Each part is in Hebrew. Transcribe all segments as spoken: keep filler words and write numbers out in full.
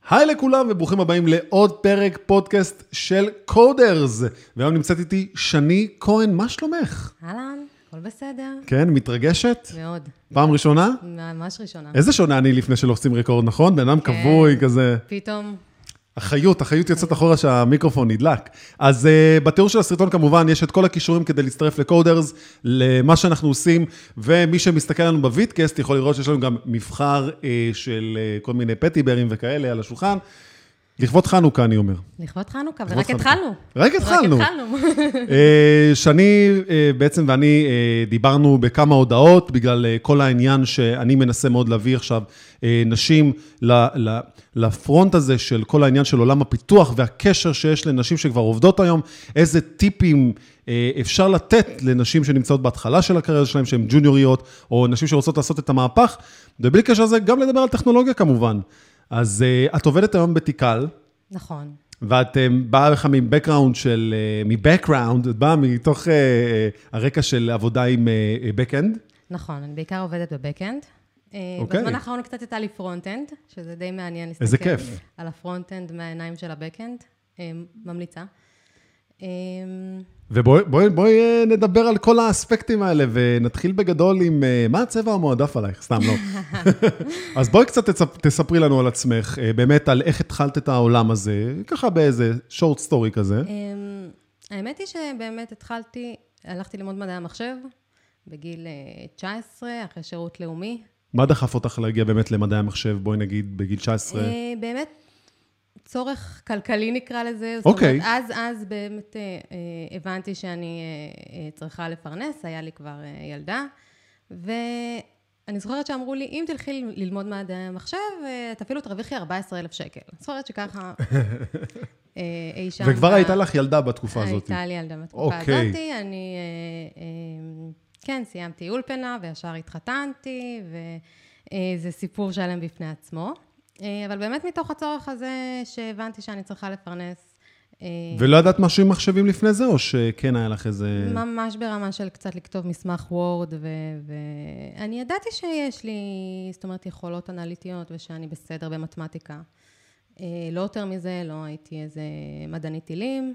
היי לכולם וברוכים הבאים לעוד פרק פודקאסט של קודרס. והיום נמצאת איתי שני כהן, מה שלומך? אהלן, הכל בסדר. כן, מתרגשת? מאוד. פעם ראשונה? ממש ראשונה. איזה שונה אני לפני שלוחצים רקורד, נכון? בן אדם כבוי כזה. פתאום. החיות, החיות יוצאת אחורה שהמיקרופון נדלק. אז uh, בתיאור של הסרטון כמובן יש את כל הכישורים כדי להצטרף לקודרס, למה שאנחנו עושים, ומי שמסתכל לנו בווידקאסט יכול לראות שיש לנו גם מבחר uh, של uh, כל מיני פטיברים וכאלה על השולחן. לכבוד חנוכה, אני אומר. לכבוד חנוכה, ורק התחלנו. רק התחלנו. רק התחלנו. שני בעצם ואני דיברנו בכמה הודעות, בגלל כל העניין שאני מנסה מאוד להביא עכשיו נשים לפרונט הזה של כל העניין של עולם הפיתוח, והקשר שיש לנשים שכבר עובדות היום, איזה טיפים אפשר לתת לנשים שנמצאות בהתחלה של הקריירה שלהם, שהן ג'וניוריות, או נשים שרוצות לעשות את המהפך, ובלי קשר לזה גם לדבר על טכנולוגיה כמובן. אז uh, את עובדת היום בתיקל. נכון. ואת uh, באה לך מבקראונד של, uh, מבקראונד, את באה מתוך uh, uh, הרקע של עבודה עם uh, בקאנד. נכון, אני בעיקר עובדת בבקאנד. אוקיי. בזמן האחרון קצת הייתה לי פרונט-אנד, שזה די מעניין להסתכל. איזה כיף. על הפרונט-אנד מהעיניים של הבקאנד. ממליצה. ובואי בואי, בואי נדבר על כל האספקטים האלה, ונתחיל בגדול עם מה הצבע המועדף עלייך, סתם לא. אז בואי קצת תספרי לנו על עצמך, באמת על איך התחלת את העולם הזה, ככה באיזה שורט סטורי כזה. האמת היא שבאמת התחלתי, הלכתי ללמוד מדעי המחשב, בגיל תשע עשרה, אחרי שירות לאומי. מה דחף אותך להגיע באמת למדעי המחשב, בואי נגיד בגיל תשע עשרה? באמת, צורך כלכלי נקרא לזה. אוקיי. זאת אומרת, אז, אז באמת אה, הבנתי שאני אה, צריכה לפרנס, היה לי כבר אה, ילדה, ואני זוכרת שאמרו לי, אם תלכי ללמוד מדעי המחשב, אה, את אפילו תרוויחי ארבעה עשר אלף שקל. אני זוכרת שככה אה, אי שם. וכבר הייתה לך ילדה בתקופה הזאת. הייתה לי ילדה בתקופה אוקיי. הזאת, אני, אה, אה, כן, סיימתי אולפנה, וישר התחתנתי, וזה סיפור שלם בפני עצמו. אבל באמת מתוך הצורך הזה שהבנתי שאני צריכה לפרנס. ולא ידעת משהו עם מחשבים לפני זה, או שכן היה לך איזה... ממש ברמה של קצת לכתוב מסמך וורד, ואני ידעתי שיש לי, זאת אומרת, יכולות אנליטיות, ושאני בסדר במתמטיקה. לא יותר מזה, לא הייתי איזה מדענית טילים.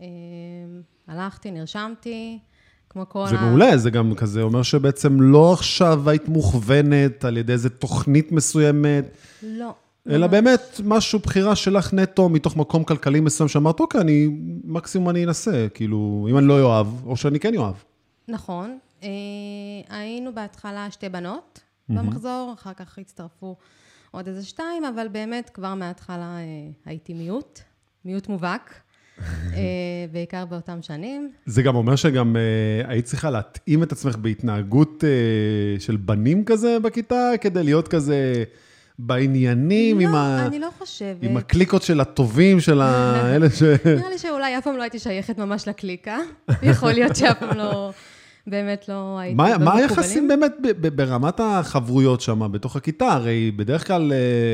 הלכתי, נרשמתי, כמו כל ה... זה מעולה, זה גם כזה אומר שבעצם לא עכשיו היית מוכוונת על ידי איזה תוכנית מסוימת. לא. אלא באמת משהו, בחירה שלך נטו, מתוך מקום כלכלי מסוים, שאמרת, אוקיי, אני, מקסימום אני אנסה, כאילו, אם אני לא יאהב, או שאני כן יאהב. נכון. היינו בהתחלה שתי בנות במחזור, אחר כך הצטרפו עוד איזה שתיים, אבל באמת כבר מההתחלה הייתי מיעוט, מיעוט מובהק, בעיקר באותם שנים. זה גם אומר שגם היית צריכה להתאים את עצמך בהתנהגות של בנים כזה בכיתה, כדי להיות כזה... בעניינים, לא, עם, ה... אני לא חושבת. עם הקליקות של הטובים, של האלה ש... נראה לי שאולי אף פעם לא הייתי שייכת ממש לקליקה. יכול להיות שאף פעם לא, באמת לא הייתי במקובלים. מה היחסים באמת ברמת החברויות שם, בתוך הכיתה? הרי בדרך כלל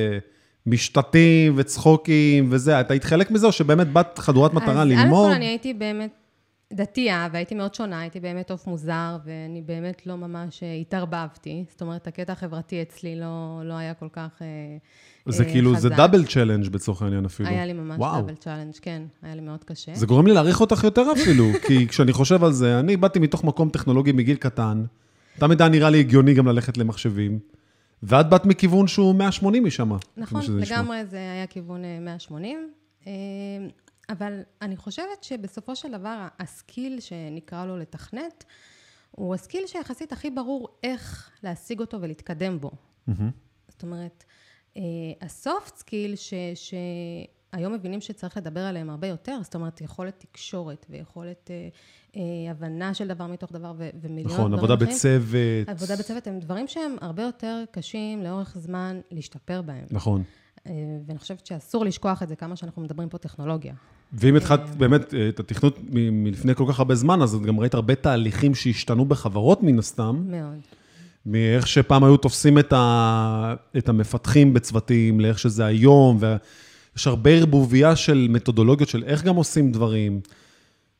משתתים וצחוקים וזה. אתה היית חלק מזה, או שבאמת בת חדורת מטרה ללמוד? אז אלף אני הייתי באמת דתייה, והייתי מאוד שונה, הייתי באמת אוף מוזר, ואני באמת לא ממש התערבבתי. זאת אומרת, הקטע החברתי אצלי לא, לא היה כל כך חזק. זה כאילו, זה דאבל צ'לנג' בצורך העניין אפילו. היה לי ממש דאבל צ'לנג', כן, היה לי מאוד קשה. זה גורם לי להעריך אותך יותר אפילו, כי כשאני חושב על זה, אני באתי מתוך מקום טכנולוגי מגיל קטן, תמיד היה נראה לי הגיוני גם ללכת למחשבים, ואת באת מכיוון שהוא מאה ושמונים משם. נכון, לגמרי זה היה כיוון מאה ושמונים. אבל אני חושבת שבסופו של דבר, הסקיל שנקרא לו לתכנת, הוא הסקיל שיחסית הכי ברור איך להשיג אותו ולהתקדם בו. Mm-hmm. זאת אומרת, הסופט סקיל ש, שהיום מבינים שצריך לדבר עליהם הרבה יותר, זאת אומרת, יכולת תקשורת ויכולת אה, הבנה של דבר מתוך דבר ו- ומיליון נכון, דברים עבודה אחרים. בצוות. עבודה בצוות הם דברים שהם הרבה יותר קשים לאורך זמן להשתפר בהם. נכון. ואני חושבת שאסור לשכוח את זה כמה שאנחנו מדברים פה טכנולוגיה. ואם התחלת באמת את התכנות מלפני כל כך הרבה זמן, אז גם ראית הרבה תהליכים שהשתנו בחברות מן הסתם. מאוד. מאיך שפעם היו תופסים את, ה... את המפתחים בצוותים, לאיך שזה היום, ויש הרבה ערבוביה של מתודולוגיות של איך גם עושים דברים.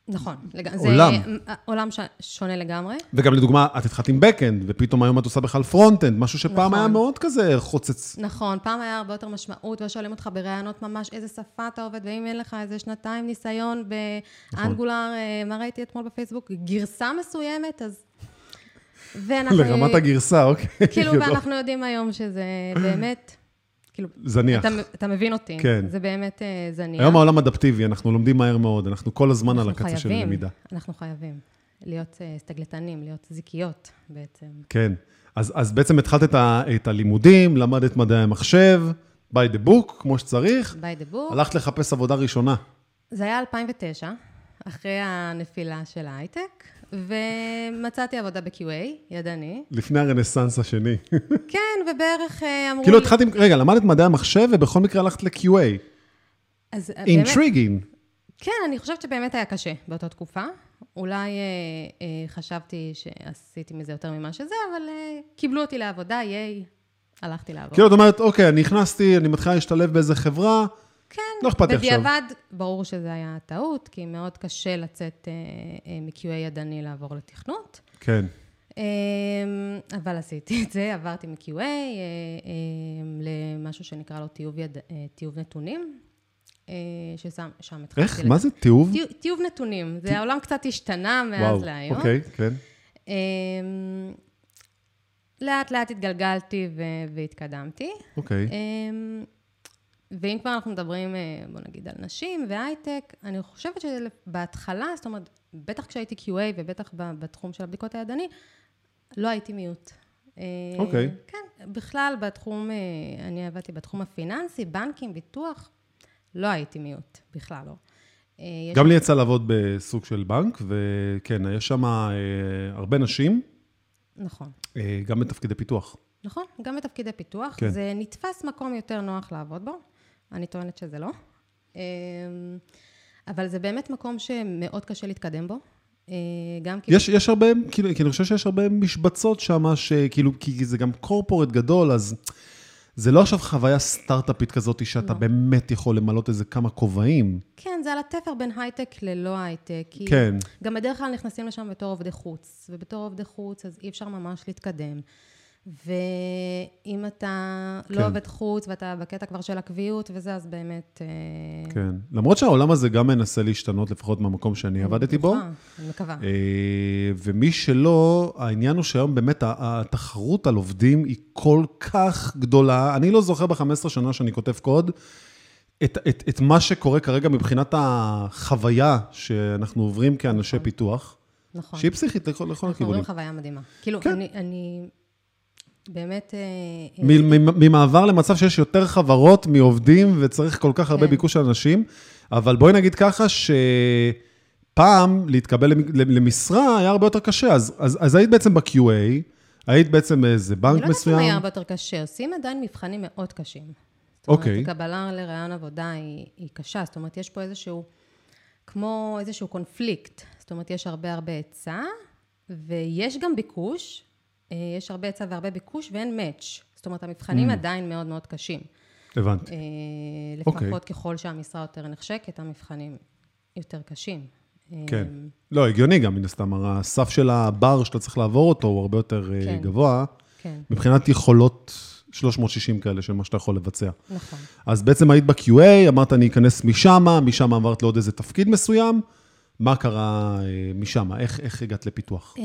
נכון. עולם. זה עולם שונה לגמרי. וגם לדוגמה, את התחלת עם בקאנד, ופתאום היום את עושה בכלל פרונט-אנד, משהו שפעם נכון. היה מאוד כזה חוצץ. נכון, פעם היה הרבה יותר משמעות, ושואלים אותך ברעיונות ממש איזה שפה אתה עובד, ואם אין לך איזה שנתיים ניסיון באנגולר, נכון. מה ראיתי אתמול בפייסבוק? גרסה מסוימת, אז... ואנחנו... לרמת הגרסה, אוקיי. כאילו, ואנחנו יודעים היום שזה באמת... כאילו, זניח. אתה, אתה מבין אותי, כן. זה באמת uh, זניח. היום העולם אדפטיבי, אנחנו לומדים מהר מאוד, אנחנו כל הזמן על הקצה חייבים, של למידה. אנחנו חייבים להיות uh, סטגלטנים, להיות זיקיות בעצם. כן, אז, אז בעצם התחלת את, ה, את הלימודים, למדת מדעי המחשב, by the book, כמו שצריך. by the book. הלכת לחפש עבודה ראשונה. זה היה אלפיים ותשע, אחרי הנפילה של ההייטק, ומצאתי עבודה ב-קיו איי, ידני. לפני הרנסנס השני. כן, ובערך אמרו... כאילו התחלת עם... רגע, למדת מדעי המחשב, ובכל מקרה הלכת ל-קיו איי. אז באמת... Intriguing. כן, אני חושבת שבאמת היה קשה באותה תקופה. אולי אה, אה, חשבתי שעשיתי מזה יותר ממה שזה, אבל אה, קיבלו אותי לעבודה, ייי, הלכתי לעבוד. כאילו, את אומרת, אוקיי, אני נכנסתי, אני מתחילה להשתלב באיזה חברה, כן, לא אכפת לי עכשיו. בדיעבד, ברור שזה היה טעות, כי מאוד קשה לצאת אה, אה, מ-קיו איי ידני לעבור לתכנות. כן. אה, אבל עשיתי את זה, עברתי מ-קיו איי אה, אה, למשהו שנקרא לו טיוב, יד, אה, טיוב נתונים. ששם, שם התחלתי... איך? מה זה? תיעוב? טיוב נתונים. זה העולם קצת השתנה מאז להיום. אוקיי, כן. לאט לאט התגלגלתי והתקדמתי. אוקיי. ואם כבר אנחנו מדברים, בוא נגיד, על נשים והייטק, אני חושבת שבהתחלה, זאת אומרת, בטח כשהייתי קיו איי ובטח בתחום של הבדיקות הידני, לא הייתי מיעוט. אוקיי. כן, בכלל בתחום, אני עבדתי בתחום הפיננסי, בנקים, ביטוח, לא הייתי מיעוט, בכלל לא. גם לי יצא לעבוד בסוג של בנק, וכן, יש שם הרבה נשים. נכון. גם בתפקידי פיתוח. נכון, גם בתפקידי פיתוח. כן. זה נתפס מקום יותר נוח לעבוד בו. אני טוענת שזה לא. אבל זה באמת מקום שמאוד קשה להתקדם בו. גם כאילו... יש, יש הרבה, כאילו, כי אני חושב שיש הרבה משבצות שם, שכאילו, כי זה גם קורפורט גדול, אז... זה לא עכשיו חוויה סטארט-אפית כזאת, שאתה לא. באמת יכול למלות איזה כמה כובעים. כן, זה על התפר בין הייטק ללא הייטק. כן. גם בדרך כלל נכנסים לשם בתור עובדי חוץ, ובתור עובדי חוץ, אז אי אפשר ממש להתקדם. ואם אתה כן. לא עובד חוץ, ואתה בקטע כבר של הקביעות, וזה אז באמת... כן. למרות שהעולם הזה גם מנסה להשתנות, לפחות מהמקום שאני עבדתי בו. אני מקווה. ומי שלא, העניין הוא שהיום באמת התחרות על עובדים היא כל כך גדולה. אני לא זוכר ב-חמש עשרה שנה שאני כותב קוד, את, את, את מה שקורה כרגע מבחינת החוויה שאנחנו עוברים כאנשי נכון. פיתוח. נכון. שהיא פסיכית לכל הכיוונים. אנחנו עוברים חוויה מדהימה. כאילו, כן. אני... אני... באמת... ממעבר למצב שיש יותר חברות מעובדים, וצריך כל כך הרבה ביקוש של אנשים, אבל בואי נגיד ככה שפעם להתקבל למשרה היה הרבה יותר קשה, אז היית בעצם ב-קיו איי, היית בעצם באיזה בנק מסוים. אני לא יודעת אם היה הרבה יותר קשה, עושים עדיין מבחנים מאוד קשים. אוקיי. זאת אומרת, הקבלה לרעיון עבודה היא קשה, זאת אומרת, יש פה איזשהו, כמו איזשהו קונפליקט, זאת אומרת, יש הרבה הרבה היצע, ויש גם ביקוש, יש הרבה היצע והרבה ביקוש, ואין מאץ'. זאת אומרת, המבחנים עדיין מאוד מאוד קשים. הבנתי. לפחות ככל שהמשרה יותר נחשקת, המבחנים יותר קשים. כן. לא, הגיוני גם, מן הסתם. הסף של הבר שאתה צריך לעבור אותו, הוא הרבה יותר גבוה. כן. מבחינת יכולות שלוש מאות ושישים כאלה, של מה שאתה יכול לבצע. נכון. אז בעצם היית ב-קיו איי, אמרת, אני אכנס משם, משם עברת לעוד איזה תפקיד מסוים. מה קרה משם? איך, איך הגעת לפיתוח?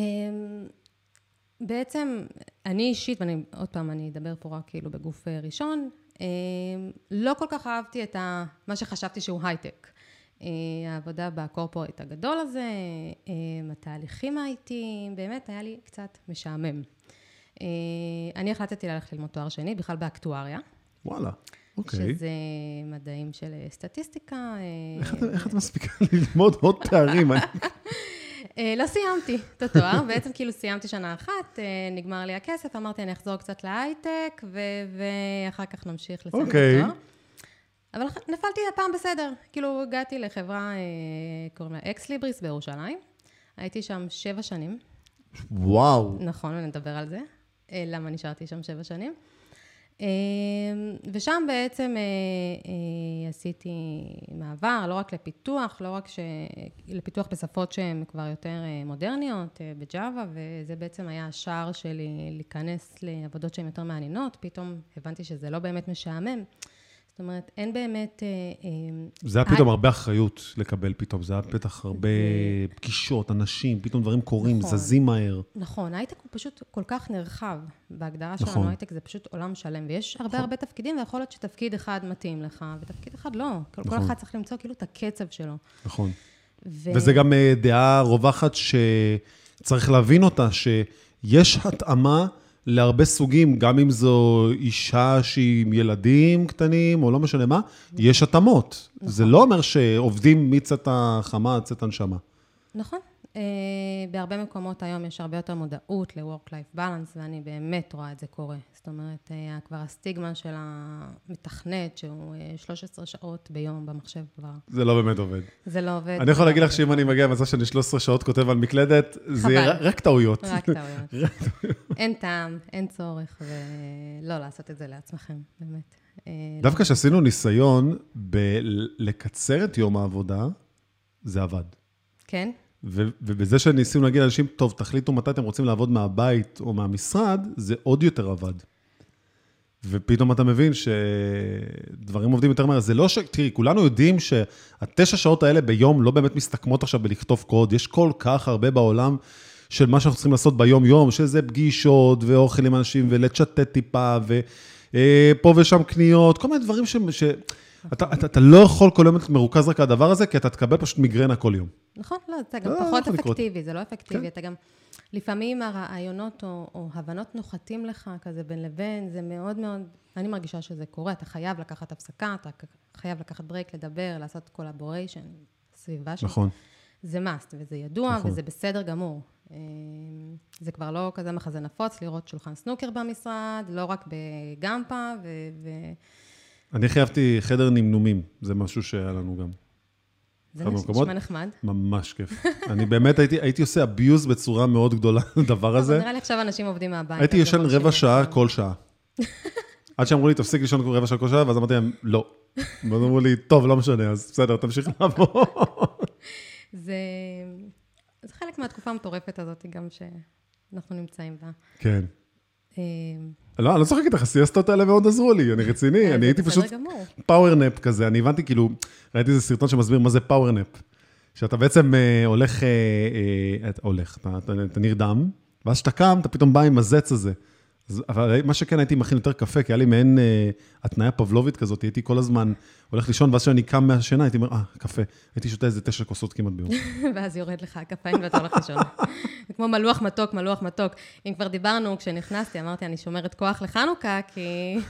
בעצם, אני אישית, ואני, עוד פעם, אני אדבר פה רק כאילו בגוף ראשון, לא כל כך אהבתי את ה, מה שחשבתי שהוא הייטק. העבודה בקורפורט הגדול הזה, התהליכים האיטיים, באמת היה לי קצת משעמם. אני החלטתי ללכת ללמוד תואר שני, בכלל באקטואריה. וואלה, אוקיי. שזה מדעים של סטטיסטיקה. איך את מספיקה ללמוד עוד תארים? לא סיימתי את התואר, בעצם כאילו סיימתי שנה אחת, נגמר לי הכסף, אמרתי אני אחזור קצת להייטק, ואחר כך נמשיך לסיים את התואר. אבל נפלתי הפעם בסדר, כאילו הגעתי לחברה, קוראים לה אקס ליבריס בירושלים, הייתי שם שבע שנים. וואו. נכון, נדבר על זה, למה נשארתי שם שבע שנים. ושם בעצם עשיתי מעבר, לא רק לפיתוח, לא רק ש... לפיתוח בשפות שהן כבר יותר מודרניות, בג'אווה, וזה בעצם היה השער שלי להיכנס לעבודות שהן יותר מעניינות, פתאום הבנתי שזה לא באמת משעמם. זאת אומרת, אין באמת... זה היה פתאום הרבה אחריות לקבל פתאום, זה היה בטח הרבה פגישות, אנשים, פתאום דברים קורים, זזים מהר. נכון, הייטק הוא פשוט כל כך נרחב, בהגדרה שלנו הייטק זה פשוט עולם שלם, ויש הרבה הרבה תפקידים, ויכול להיות שתפקיד אחד מתאים לך, ותפקיד אחד לא, כל אחד צריך למצוא כאילו את הקצב שלו. נכון. וזה גם דעה רווחת שצריך להבין אותה, שיש התאמה, להרבה סוגים, גם אם זו אישה שהיא עם ילדים קטנים, או לא משנה מה, יש התאמות. זה לא אומר שעובדים מצאת החמה, צאת הנשמה. נכון. בהרבה מקומות היום יש הרבה יותר מודעות ל-work-life balance, ואני באמת רואה את זה קורה. זאת אומרת, כבר הסטיגמה של המתכנת, שהוא שלוש עשרה שעות ביום במחשב כבר. זה לא באמת עובד. זה לא עובד. אני יכול להגיד לך שאם אני מגיע למצב שאני שלוש עשרה שעות כותב על מקלדת, זה יהיה רק טעויות. רק טעויות. אין טעם, אין צורך, ולא לעשות את זה לעצמכם, באמת. דווקא שעשינו ניסיון לקצר את יום העבודה, זה עבד. כן? ובזה שניסינו להגיד לאנשים, טוב, תחליטו מתי אתם רוצים לעבוד מהבית או מהמשרד, זה עוד יותר עבד. ופתאום אתה מבין שדברים עובדים יותר מהר. זה לא ש... תראי, כולנו יודעים שהתשע שעות האלה ביום לא באמת מסתכמות עכשיו בלכתוב קוד. יש כל כך הרבה בעולם של מה שאנחנו צריכים לעשות ביום-יום, שזה פגישות ואוכל עם אנשים ולצ'טט טיפה, ופה ושם קניות, כל מיני דברים ש... ש... אתה, אתה, אתה לא יכול כל יום מרוכז רק על הדבר הזה, כי אתה תקבל פשוט מיגרנה כל יום. נכון, לא, זה גם פחות אפקטיבי, זה לא אפקטיבי. אתה גם, לפעמים הרעיונות או, או הבנות נוחתים לך כזה בין לבין, זה מאוד מאוד, אני מרגישה שזה קורה, אתה חייב לקחת הפסקה, אתה חייב לקחת ברייק, לדבר, לעשות קולאבוריישן, סביבה שלך. נכון. זה מאסט, וזה ידוע, וזה בסדר גמור. זה כבר לא כזה מחזה נפוץ, לראות שולחן סנוקר במשרד, לא רק בגמפה, ו... אני חייבתי חדר נמנומים, זה משהו שהיה לנו גם. זה נשמע נחמד. ממש כיף. אני באמת הייתי, הייתי עושה אביוז בצורה מאוד גדולה לדבר הזה. נראה לי עכשיו אנשים עובדים מהבית. הייתי ישן רבע שעה כל שעה. עד שאמרו לי, תפסיק לישון רבע שעה כל שעה, ואז אמרתי להם, לא. ואז אמרו לי, טוב, לא משנה, אז בסדר, תמשיך לעבוד. זה חלק מהתקופה המטורפת הזאת, גם שאנחנו נמצאים בה. כן. לא, אני לא צוחק איתך, הסיאסטות האלה מאוד עזרו לי, אני רציני, אני הייתי פשוט פאוורנפ כזה, אני הבנתי כאילו, ראיתי איזה סרטון שמסביר מה זה פאוורנפ, שאתה בעצם הולך, הולך, אתה נרדם, ואז שאתה קם, אתה פתאום בא עם הזץ הזה, אבל מה שכן הייתי מכין יותר קפה, כי היה לי מעין התניה פבלובית כזאת, הייתי כל הזמן הולך לישון, ואז שאני קם מהשינה, הייתי אומר, אה, קפה, הייתי שותה איזה תשע כוסות כמעט ביום. ואז יורד לך הקפיים ואתה הולך לישון. זה כמו מלוח מתוק, מלוח מתוק. אם כבר דיברנו, כשנכנסתי, אמרתי, אני שומרת כוח לחנוכה, כי...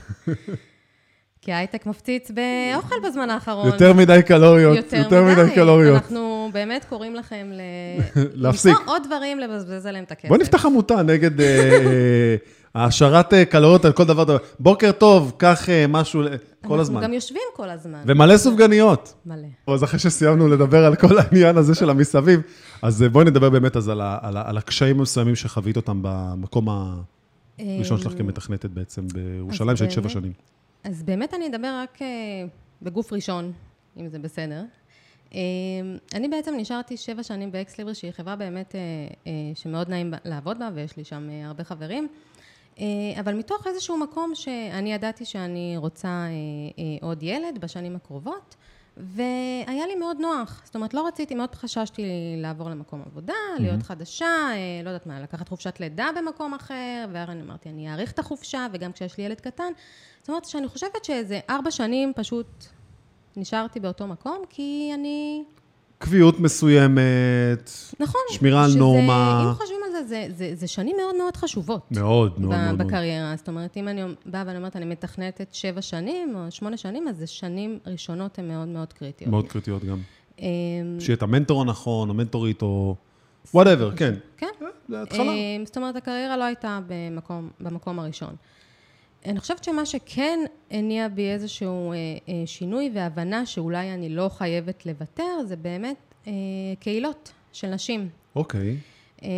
כי ההייטק מפציץ באוכל בזמן האחרון. יותר מדי קלוריות, יותר מדי קלוריות. אנחנו באמת קוראים לכם להפסיק. למצוא עוד דברים, לבזבז עליהם את הכסף. בוא נפתח עמותה נגד העשרת קלוריות על כל דבר. בוקר טוב, קח משהו כל הזמן. אנחנו גם יושבים כל הזמן. ומלא סופגניות. מלא. אז אחרי שסיימנו לדבר על כל העניין הזה של המסביב, אז בואי נדבר באמת אז על הקשיים המסוימים שחווית אותם במקום הראשון שלך כמתכנתת בעצם בירושלים, שהיית שבע שנים. אז באמת אני אדבר רק בגוף ראשון, אם זה בסדר. אני בעצם נשארתי שבע שנים באקסליבר, שהיא חברה באמת שמאוד נעים לעבוד בה, ויש לי שם הרבה חברים. אבל מתוך איזשהו מקום שאני ידעתי שאני רוצה עוד ילד בשנים הקרובות, והיה לי מאוד נוח. זאת אומרת, לא רציתי, מאוד חששתי לעבור למקום עבודה, להיות חדשה, לא יודעת מה, לקחת חופשת לידה במקום אחר, ואני אמרתי, אני אעריך את החופשה, וגם כשיש לי ילד קטן. זאת אומרת, שאני חושבת שאיזה ארבע שנים פשוט נשארתי באותו מקום, כי אני... קביעות מסוימת, נכון, שמירה על נורמה. אם חושבים על זה, זה, זה, זה שנים מאוד מאוד חשובות. מאוד, מאוד, מאוד. בקריירה. זאת אומרת, אם אני באה ואני אומרת, אני מתכנתת שבע שנים או שמונה שנים, אז זה שנים ראשונות הן מאוד מאוד קריטיות. מאוד קריטיות גם. שיהיה את המנטור הנכון, המנטורית או... whatever, כן. כן. זה התחלה. זאת אומרת, הקריירה לא הייתה במקום, במקום הראשון. אני חושבת שמה שכן הניע בי איזשהו שינוי והבנה שאולי אני לא חייבת לוותר, זה באמת קהילות של נשים. אוקיי.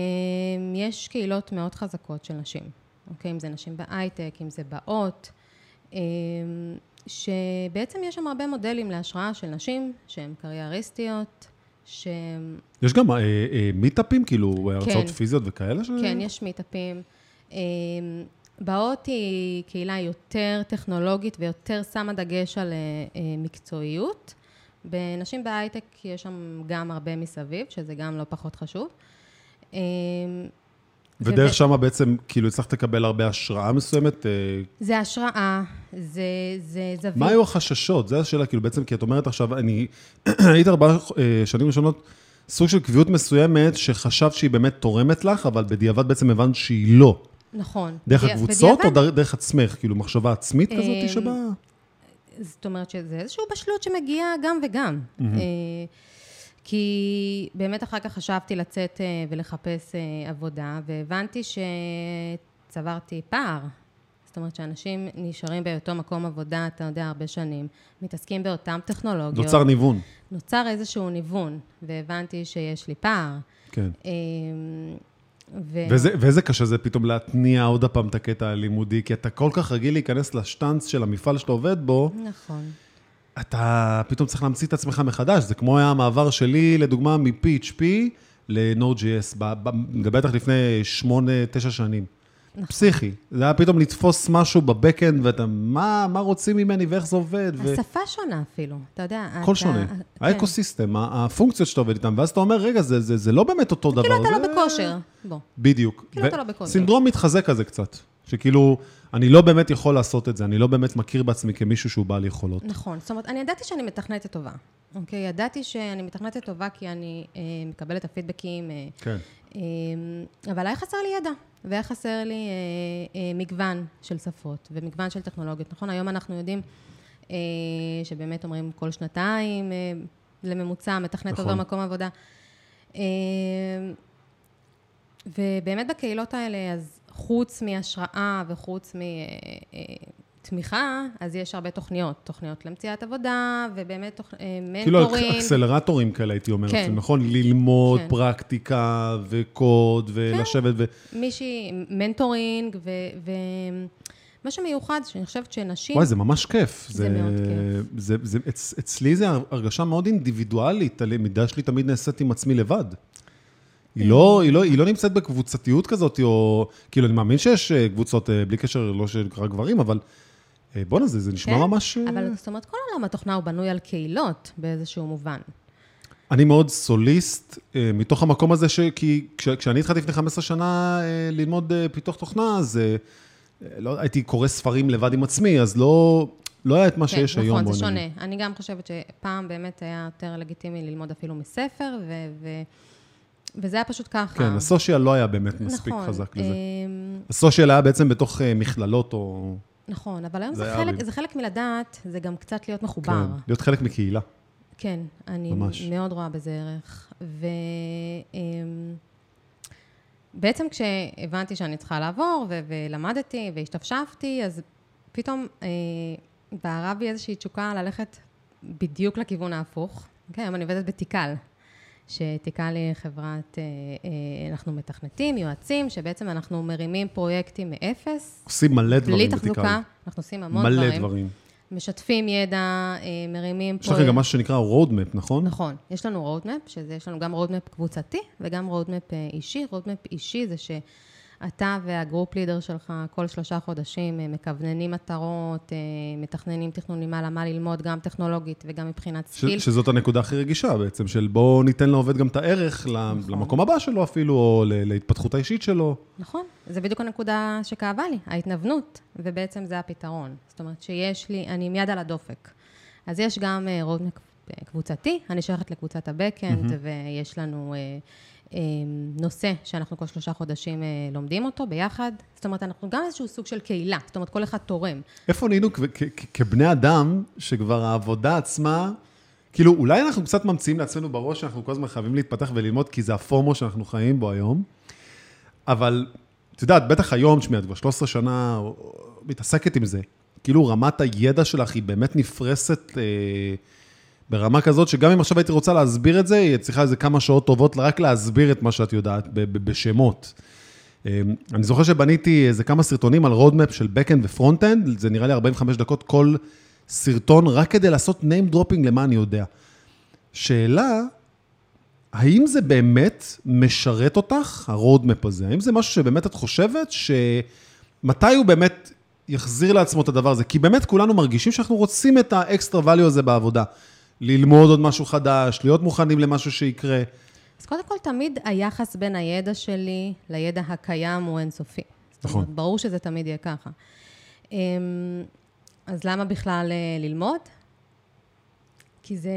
יש קהילות מאוד חזקות של נשים. אוקיי, אם זה נשים בהייטק, אם זה באות. שבעצם יש שם הרבה מודלים להשראה של נשים שהן קרייריסטיות, שהן... יש גם אה, אה, מיטאפים, כאילו הרצאות כן. פיזיות וכאלה? ש... כן, יש מיטאפים. אה, באות היא קהילה יותר טכנולוגית ויותר שמה דגש על אה, מקצועיות. בנשים בהייטק יש שם גם הרבה מסביב, שזה גם לא פחות חשוב. אה, ודרך וב... שמה בעצם, כאילו, הצלחת לקבל הרבה השראה מסוימת? זה השראה, זה, זה זווית. מה היו החששות? זו השאלה, כאילו, בעצם, כי את אומרת עכשיו, אני היית ארבע שנים ראשונות, סוג של קביעות מסוימת, שחשבת שהיא באמת תורמת לך, אבל בדיעבד בעצם הבנת שהיא לא. נכון. דרך בדי... הקבוצות בדיעבד... או דרך עצמך? כאילו, מחשבה עצמית כזאת שבה? זאת אומרת שזה איזשהו בשלות שמגיע גם וגם. Mm-hmm. כי באמת אחר כך חשבתי לצאת ולחפש עבודה, והבנתי שצברתי פער. זאת אומרת שאנשים נשארים באותו מקום עבודה, אתה יודע, הרבה שנים, מתעסקים באותם טכנולוגיות. נוצר ניוון. נוצר איזשהו ניוון, והבנתי שיש לי פער. כן. ו... וזה, וזה קשה, זה פתאום להתניע עוד הפעם את הקטע הלימודי, כי אתה כל כך רגיל להיכנס לשטנץ של המפעל שאתה עובד בו. נכון. אתה פתאום צריך להמציא את עצמך מחדש, זה כמו היה המעבר שלי, לדוגמה, מ-פי אייץ' פי ל-Node ג'י אס, בטח לפני שמונה, תשע שנים. נכון. פסיכי. זה היה פתאום לתפוס משהו בבקאנד, ואתה, מה, מה רוצים ממני ואיך זה עובד? השפה ו... שונה אפילו, אתה יודע. כל אתה... שונה. כן. האקוסיסטם, הפונקציות שאתה עובד איתם, ואז אתה אומר, רגע, זה, זה, זה לא באמת אותו דבר. כאילו אתה זה... לא בכושר, בוא. בדיוק. כאילו ו... אתה לא בכושר. סינדרום מתחזק כזה קצת, שכאילו... אני לא באמת יכול לעשות את זה, אני לא באמת מכיר בעצמי כמישהו שהוא בעל יכולות. נכון, זאת אומרת, אני ידעתי שאני מתכנתת טובה, אוקיי? ידעתי שאני מתכנתת טובה כי אני אה, מקבלת הפידבקים, אה, כן. אה, אבל היה חסר לי ידע, והיה חסר לי אה, אה, מגוון של שפות ומגוון של טכנולוגיות. נכון, היום אנחנו יודעים אה, שבאמת אומרים כל שנתיים, אה, לממוצע, מתכנת נכון. עובר מקום עבודה. אה, ובאמת בקהילות האלה, אז חוץ מהשראה וחוץ מתמיכה, אז יש הרבה תוכניות, תוכניות למציאת עבודה, ובאמת מנטורים. כאילו אקסלרטורים כאלה, הייתי אומר, נכון? ללמוד פרקטיקה וקוד ולשבת ו... מישהי, מנטורינג ומה שמיוחד, שאני חושבת שנשים... וואי, זה ממש כיף. זה מאוד כיף. אצלי זה הרגשה מאוד אינדיבידואלית, הלמידה שלי תמיד נעשית עם עצמי לבד. היא לא, היא לא, היא לא נמצאת בקבוצתיות כזאת, או, כאילו, אני מאמין שיש קבוצות בלי קשר, לא שקרה גברים, אבל בוא נזה, זה נשמע כן, ממש... אבל זאת אומרת, כל עולם התוכנה הוא בנוי על קהילות באיזשהו מובן. אני מאוד סוליסט, מתוך המקום הזה, כי כש, כשאני התחלתי לפני חמש עשרה שנה ללמוד פיתוח תוכנה, אז לא, הייתי קורא ספרים לבד עם עצמי, אז לא, לא היה את מה שיש היום. נכון, זה שונה. אני גם חושבת שפעם באמת היה יותר לגיטימי ללמוד אפילו מספר, ו... ו וזה היה פשוט ככה. כן, הסושיאל לא היה באמת מספיק חזק לזה. הסושיאל היה בעצם בתוך מכללות או... נכון, אבל היום זה חלק מלדעת, זה גם קצת להיות מחובר. כן, להיות חלק מקהילה. כן, אני מאוד רואה בזה ערך. ובעצם כשהבנתי שאני צריכה לעבור, ולמדתי והשתפשפתי, אז פתאום בערה בי איזושהי תשוקה ללכת בדיוק לכיוון ההפוך. היום אני עובדת בתיקל. שתיקה לי חברת, אנחנו מתכנתים, יועצים, שבעצם אנחנו מרימים פרויקטים מאפס. עושים מלא דברים בתיקה. בלי תחזוקה, אנחנו עושים המון מלא דברים. מלא דברים. משתפים ידע, מרימים פרויקט. יש לכם גם משהו שנקרא roadmap, נכון? נכון. יש לנו roadmap, שזה יש לנו גם roadmap קבוצתי, וגם roadmap אישי. roadmap אישי זה שאתה והגרופ לידר שלך כל שלושה חודשים מכווננים מטרות, מתכננים תכנונים על מה ללמוד, גם טכנולוגית וגם מבחינת סקיל. שזאת הנקודה הכי רגישה בעצם, של בוא ניתן לעובד גם את הערך למקום הבא שלו אפילו, או להתפתחות האישית שלו. נכון, זה בדיוק הנקודה שכאבה לי, ההתנוונות, ובעצם זה הפתרון. זאת אומרת שיש לי, אני מיד על הדופק. אז יש גם roadmap קבוצתי, אני שייכת לקבוצת הבקאנד, ויש לנו נושא שאנחנו כל שלושה חודשים לומדים אותו ביחד. זאת אומרת, אנחנו גם איזשהו סוג של קהילה, זאת אומרת, כל אחד תורם. איפה נהיינו כבני אדם, שכבר העבודה עצמה, כאילו, אולי אנחנו קצת ממציאים לעצמנו בראש, שאנחנו כל הזמן חייבים להתפתח וללמוד, כי זה הפורמו שאנחנו חיים בו היום, אבל, את יודעת, בטח היום, תשמע, כבר שלוש עשרה שנה, מתעסקת עם זה, כאילו, רמת הידע שלך היא באמת נפרסת ברמה כזאת, שגם אם עכשיו הייתי רוצה להסביר את זה, היא צריכה איזה כמה שעות טובות רק להסביר את מה שאת יודעת בשמות. אני זוכר שבניתי איזה כמה סרטונים על רודמפ של backend ו-frontend, זה נראה לי ארבעים וחמש דקות כל סרטון, רק כדי לעשות name dropping למה אני יודע. שאלה, האם זה באמת משרת אותך, הרודמפ הזה? האם זה משהו שבאמת את חושבת, שמתי הוא באמת יחזיר לעצמו את הדבר הזה? כי באמת כולנו מרגישים שאנחנו רוצים את האקסטרה value הזה בעבודה. ללמוד עוד משהו חדש, להיות מוכנים למשהו שיקרה. אז קודם כל, תמיד היחס בין הידע שלי לידע הקיים הוא אינסופי. נכון. ברור שזה תמיד יהיה ככה. אז למה בכלל ללמוד? כי זה...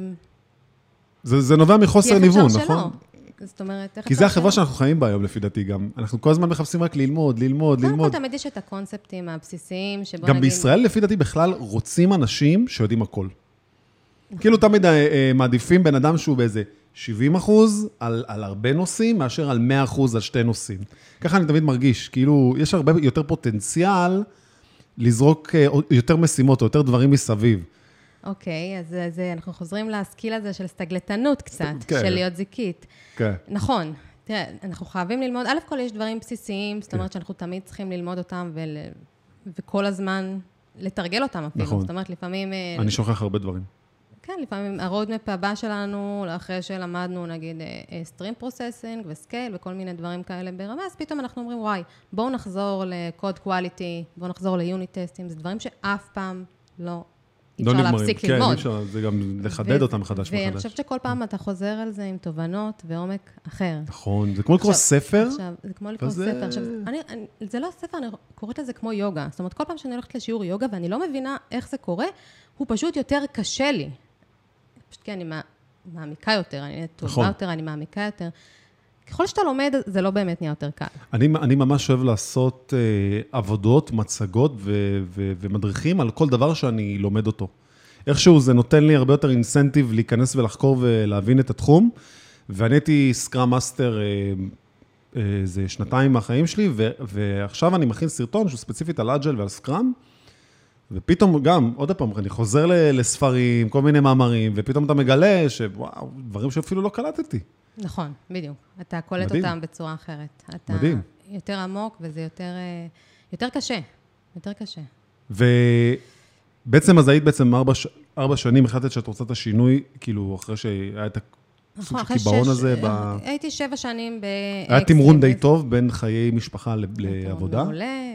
זה, זה נובע מחוסר ניוון, נכון? זאת אומרת, כי זה החברה שאנחנו חיים בה היום, לפי דעתי גם. אנחנו כל הזמן מחפשים רק ללמוד, ללמוד, ללמוד. קודם כל תמיד יש את הקונספטים הבסיסיים, שבוא נגיד... גם בישראל, לפי דעתי, בכלל רוצים אנשים שיודעים הכל. כאילו תמיד מעדיפים בן אדם שהוא באיזה שבעים אחוז על, על הרבה נושאים, מאשר על מאה אחוז על שתי נושאים. ככה אני תמיד מרגיש, כאילו יש הרבה יותר פוטנציאל לזרוק יותר משימות, או יותר דברים מסביב. אוקיי, אז, אז אנחנו חוזרים להסקיל הזה של סטגלטנות קצת, כן. של להיות זיקית. כן. נכון. תראה, אנחנו חייבים ללמוד, א' כל יש דברים בסיסיים, זאת אומרת שאנחנו תמיד צריכים ללמוד אותם, ול, וכל הזמן לתרגל אותם אפילו. נכון. זאת אומרת, לפעמים... אני שוכח הרבה דברים. כן, לפעמים הרודמפ הבא שלנו, אחרי שלמדנו, נגיד, stream processing וסקייל וכל מיני דברים כאלה ברמה, אז פתאום אנחנו אומרים, וואי, בואו נחזור לקוד קואליטי, בואו נחזור ליוניט טסטים, זה דברים שאף פעם לא אפשר להפסיק ללמוד. כן, אפשר, זה גם לחדד אותם חדש מחדש. ואני חושבת שכל פעם אתה חוזר על זה עם תובנות ועומק אחר. נכון, זה כמו לקרוא ספר. עכשיו, זה כמו לקרוא ספר. עכשיו, אני, אני, זה לא ספר, אני קוראת לזה כמו יוגה. זאת אומרת, כל פעם שאני הולכת לשיעור יוגה, ואני לא מבינה איך זה קורה, הוא פשוט יותר קשה לי. פשוט כי אני מעמיקה יותר, אני טובה יותר, אני מעמיקה יותר. ככל שאתה לומד, זה לא באמת נהיה יותר קל. אני, אני ממש אוהב לעשות אה, עבודות, מצגות ו, ו, ומדריכים על כל דבר שאני לומד אותו. איכשהו זה נותן לי הרבה יותר אינסנטיב להיכנס ולחקור ולהבין את התחום, ואני הייתי סקראם מאסטר אה, אה, זה שנתיים מהחיים שלי, ו, ועכשיו אני מכין סרטון שהוא ספציפית על אג'ל ועל סקראם, ופתאום גם, עוד פעם, אני חוזר לספרים, כל מיני מאמרים, ופתאום אתה מגלה שוואו, דברים שאפילו לא קלטתי. נכון, בדיוק. אתה קולט אותם בצורה אחרת. אתה מדהים. יותר עמוק, וזה יותר, יותר קשה. יותר קשה. ובעצם, אז היית בעצם ארבע, ארבע שנים, החלטת שאת רוצה את השינוי, כאילו, אחרי שהיה את הסוג של קיבעון הזה. ב... הייתי שבע שנים באקס. היה תמרון די טוב בין חיי משפחה לעבודה. מעולה,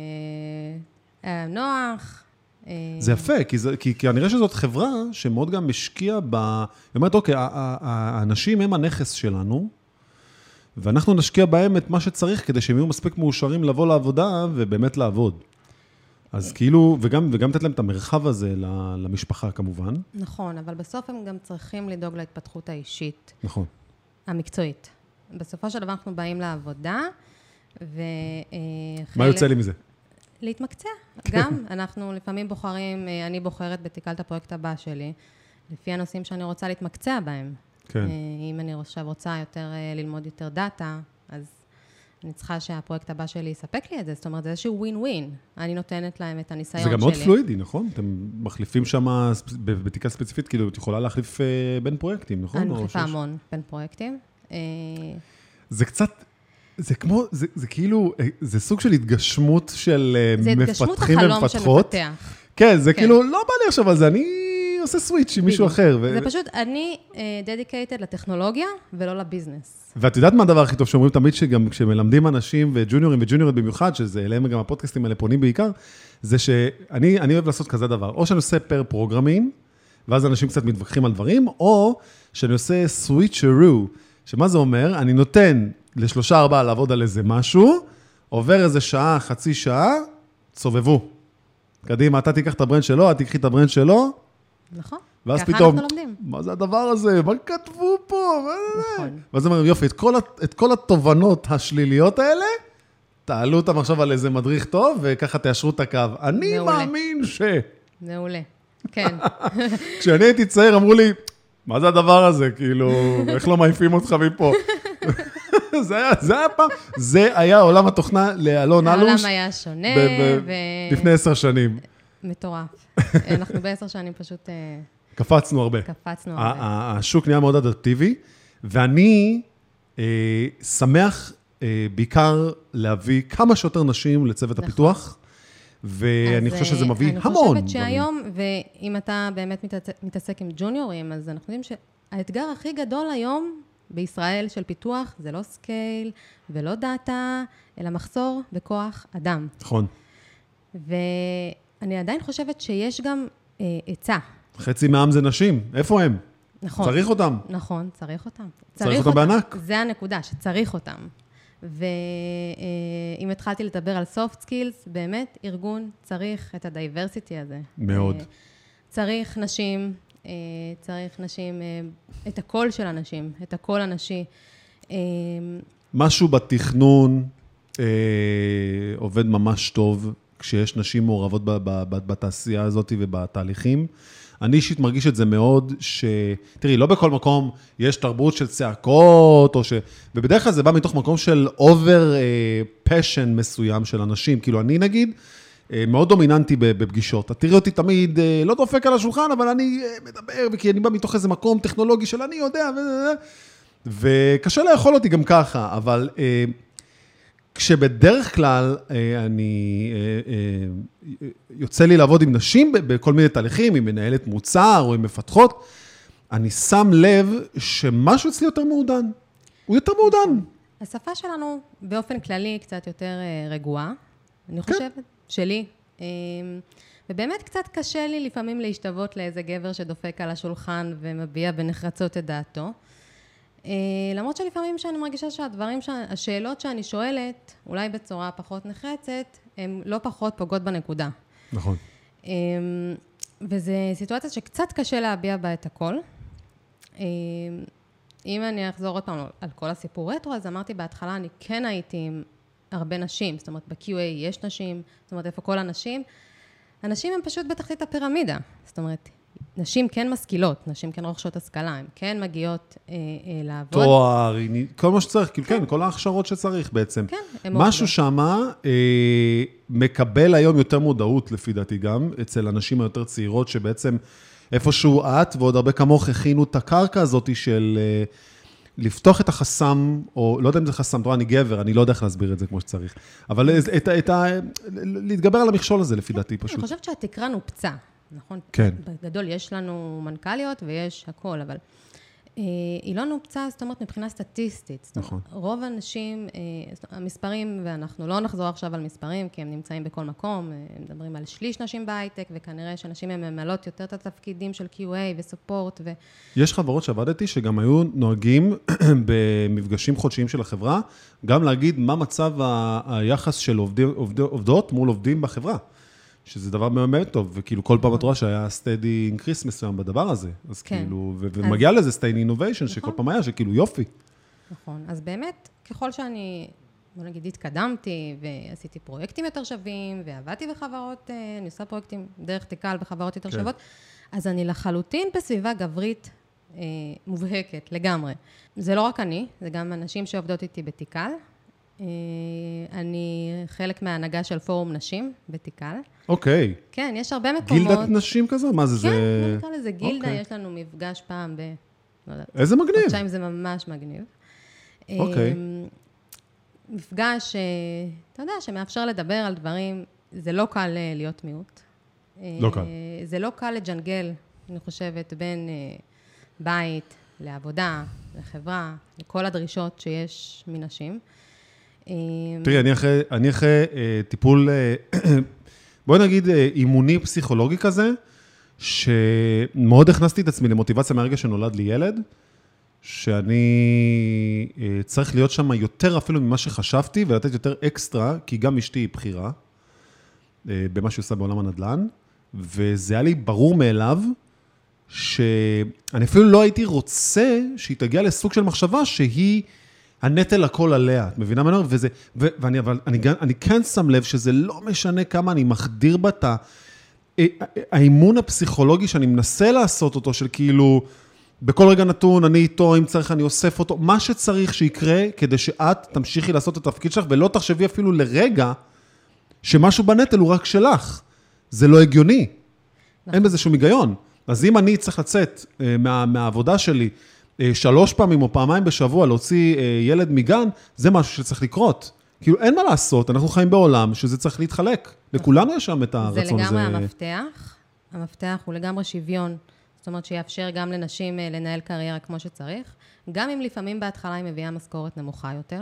היה נוח. זה יפה, כי, זה, כי, כי אני רואה שזאת חברה שמאוד גם משקיע ב... היא אומרת, אוקיי, האנשים הם הנכס שלנו, ואנחנו נשקיע בהם את מה שצריך, כדי שהם יהיו מספיק מאושרים לבוא לעבודה, ובאמת לעבוד. אז כאילו, וגם, וגם לתת להם את המרחב הזה למשפחה כמובן. נכון, אבל בסוף הם גם צריכים לדאוג להתפתחות האישית. נכון. המקצועית. בסופו של דבר אנחנו באים לעבודה, וחלק... מה יוצא לי מזה? להתמקצע. גם אנחנו לפעמים בוחרים, אני בוחרת בתיקלת הפרויקט הבא שלי, לפי הנושאים שאני רוצה להתמקצע בהם. כן. אם אני עכשיו רוצה יותר ללמוד יותר דאטה, אז אני צריכה שהפרויקט הבא שלי יספק לי את זה. זאת אומרת, זה איזשהו ווין ווין. אני נותנת להם את הניסיון שלי. זה גם מאוד פלואידי, נכון? אתם מחליפים שם, בתיקה ספציפית, כאילו, את יכולה להחליף בין פרויקטים, נכון? אני מחליפה המון בין פרויקטים. זה קצת... זה כמו, זה, זה כאילו, זה סוג של התגשמות של מפתחים ומפתחות. של מפתח. כן, זה כן. כאילו, לא בא לי עכשיו על זה, אני עושה סוויץ' עם מישהו אחר. זה ו... פשוט, אני דדיקייטד uh, לטכנולוגיה ולא לביזנס. ואת יודעת מה הדבר הכי טוב שאומרים תמיד, שגם כשמלמדים אנשים וג'וניורים וג'וניורית במיוחד, שזה אליהם גם הפודקאסטים האלה פונים בעיקר, זה שאני אני אוהב לעשות כזה דבר, או שאני עושה פר פרוגרמינג, ואז אנשים קצת מתווכחים על דברים, או שאני עושה סוויצ'רו, שמה זה אומר? אני נותן לשלושה ארבעה לעבוד על איזה משהו, עובר איזה שעה, חצי שעה, צובבו. קדימה, אתה תיקח את הברנד שלו, אתה תיקחי את הברנד שלו. נכון. ואז פתאום, מה זה הדבר הזה? מה כתבו פה? נכון. ואז אומרים, יופי, את כל, את כל התובנות השליליות האלה, תעלו אותם עכשיו על איזה מדריך טוב, וככה תאשרו את הקו. אני מאמין ש... מעולה. כן. כשאני הייתי צעיר, אמרו לי, מה זה הדבר הזה? כאילו, איך לא מעיפים אותך מפה? זה היה, זה היה פעם, זה היה עולם התוכנה לאלון אלוש. העולם היה שונה. לפני עשר שנים. מטורף. אנחנו בעשר שנים פשוט... קפצנו הרבה. קפצנו הרבה. השוק נהיה מאוד אדפטיבי, ואני שמח בעיקר להביא כמה שיותר נשים לצוות נכון. הפיתוח, ואני חושב שזה מביא אני המון. אני חושבת שהיום, ואם אתה באמת מתעסק עם ג'וניורים, אז אנחנו יודעים שהאתגר הכי גדול היום בישראל של פיתוח, זה לא סקייל ולא דאטה, אלא מחסור בכוח אדם. נכון. ואני עדיין חושבת שיש גם אה, עצה. חצי מהעם זה נשים, איפה הם? נכון. צריך אותם. נכון, צריך אותם. צריך, צריך אותם בענק. זה הנקודה, שצריך אותם. ואם התחלתי לדבר על soft skills, באמת ארגון צריך את הדייברסיטי הזה. מאוד. צריך נשים, צריך נשים, את הקול של הנשים, את הקול הנשי. משהו בתכנון עובד ממש טוב, כשיש נשים מעורבות בתעשייה הזאת ובתהליכים. אני אישית מרגיש את זה מאוד, ש... תראי, לא בכל מקום יש תרבות של צעקות, או ש... ובדרך כלל זה בא מתוך מקום של over passion מסוים של אנשים. כאילו, אני נגיד, מאוד דומיננטי בפגישות. תראי אותי תמיד, לא דופק על השולחן, אבל אני מדבר, כי אני בא מתוך איזה מקום טכנולוגי של אני יודע, ו... וקשה לאכול אותי גם ככה, אבל... כשבדרך כלל אני, יוצא לי לעבוד עם נשים בכל מיני תהליכים, עם מנהלת מוצר או עם מפתחות, אני שם לב שמשהו אצלי יותר מעודן. הוא יותר מעודן. השפה שלנו באופן כללי קצת יותר רגועה, אני חושבת, שלי. ובאמת קצת קשה לי לפעמים להשתוות לאיזה גבר שדופק על השולחן ומביע בנחרצות את דעתו. למרות שלפעמים שאני מרגישה שהדברים, השאלות שאני שואלת, אולי בצורה פחות נחרצת, הן לא פחות פוגעות בנקודה. נכון. וזו סיטואציה שקצת קשה להביע בה את הכל. אם אני אחזור עוד פעם על כל הסיפור רטרו, אז אמרתי בהתחלה, אני כן הייתי עם הרבה נשים, זאת אומרת, ב-קיו איי יש נשים, זאת אומרת, איפה כל הנשים? הנשים הן פשוט בתחתית הפירמידה, זאת אומרת, נשים כן משכילות, נשים כן רוכשות השכלה, הן כן מגיעות אה, אה, לעבוד. תואר, כל מה שצריך, כן. כן, כל ההכשרות שצריך בעצם. כן, משהו שמה אה, מקבל היום יותר מודעות, לפי דעתי גם, אצל הנשים היותר צעירות, שבעצם איפשהו את ועוד הרבה כמוך הכינו את הקרקע הזאת של אה, לפתוח את החסם, או לא יודע אם זה חסם, תראה, אני גבר, אני לא יודע איך להסביר את זה כמו שצריך, אבל את, את ה, להתגבר על המכשול הזה, לפי דעתי פשוט. אני חושבת שהתקרה נופצה. נכון? כן. בגדול יש לנו מנכ"ליות ויש הכל, אבל אה, היא לא נופצה, זאת אומרת, מבחינה סטטיסטית. נכון. אומרת, רוב האנשים, אה, המספרים, ואנחנו לא נחזור עכשיו על מספרים, כי הם נמצאים בכל מקום, אה, מדברים על שליש נשים בהייטק, וכנראה שנשים הן ממלאות יותר את התפקידים של קיו איי וסופורט. ו... יש חברות שעבדתי שגם היו נוהגים במפגשים חודשיים של החברה, גם להגיד מה מצב היחס של עובדים, עובד, עובדות מול עובדים בחברה. שזה דבר מאוד טוב, וכאילו כל פעם את רואה שהיה סטדי אינקריס מסוים בדבר הזה, אז כאילו, ומגיע לזה סטייד אינוביישן, שכל פעם היה, שכאילו יופי. נכון, אז באמת, ככל שאני, בוא נגיד, התקדמתי, ועשיתי פרויקטים יותר שווים, ועבדתי בחברות, אני עושה פרויקטים דרך תיקל בחברות יותר שוות, אז אני לחלוטין בסביבה גברית מובהקת, לגמרי. זה לא רק אני, זה גם אנשים שעובדות איתי בתיקל, אני חלק מההנהגה של פורום נשים בתיקל. אוקיי. כן, יש הרבה מקומות. גילדת נשים כזה? מה זה? כן, זה נקרא לזה גילדה, יש לנו מפגש פעם ב... איזה מגניב. חודשיים זה ממש מגניב. אוקיי. מפגש, אתה יודע, שמאפשר לדבר על דברים, זה לא קל להיות מיעוט. לא קל. זה לא קל לג'נגל, אני חושבת, בין בית לעבודה, לחברה, לכל הדרישות שיש מנשים. תראי, אני אחרי, אני אחרי טיפול, בואי נגיד אימוני פסיכולוגי כזה, שמאוד הכנסתי את עצמי למוטיבציה מהרגע שנולד לי ילד, שאני צריך להיות שם יותר אפילו ממה שחשבתי, ולתת יותר אקסטרה, כי גם אשתי היא בחירה, במה שהיא עושה בעולם הנדל"ן, וזה היה לי ברור מאליו, שאני אפילו לא הייתי רוצה שהיא תגיע לסוג של מחשבה שהיא הנטל הכל עליה, את מבינה מה אני אומר? וזה, ו, ואני, אבל אני, אני כן שם לב שזה לא משנה כמה אני מחדיר בה, האימון הפסיכולוגי שאני מנסה לעשות אותו, של כאילו, בכל רגע נתון, אני איתו, אם צריך, אני אוסף אותו, מה שצריך שיקרה, כדי שאת תמשיכי לעשות את התפקיד שלך, ולא תחשבי אפילו לרגע, שמשהו בנטל הוא רק שלך. זה לא הגיוני. אין בזה שום היגיון. אז אם אני צריך לצאת מה, מהעבודה שלי, שלוש פעמים או פעמיים בשבוע להוציא ילד מגן, זה משהו שצריך לקרות. כאילו אין מה לעשות, אנחנו חיים בעולם שזה צריך להתחלק. לכולנו יש שם את הרצון הזה. זה לגמרי המפתח. המפתח הוא לגמרי שוויון. זאת אומרת שיאפשר גם לנשים לנהל קריירה כמו שצריך. גם אם לפעמים בהתחלה היא מביאה משכורת נמוכה יותר.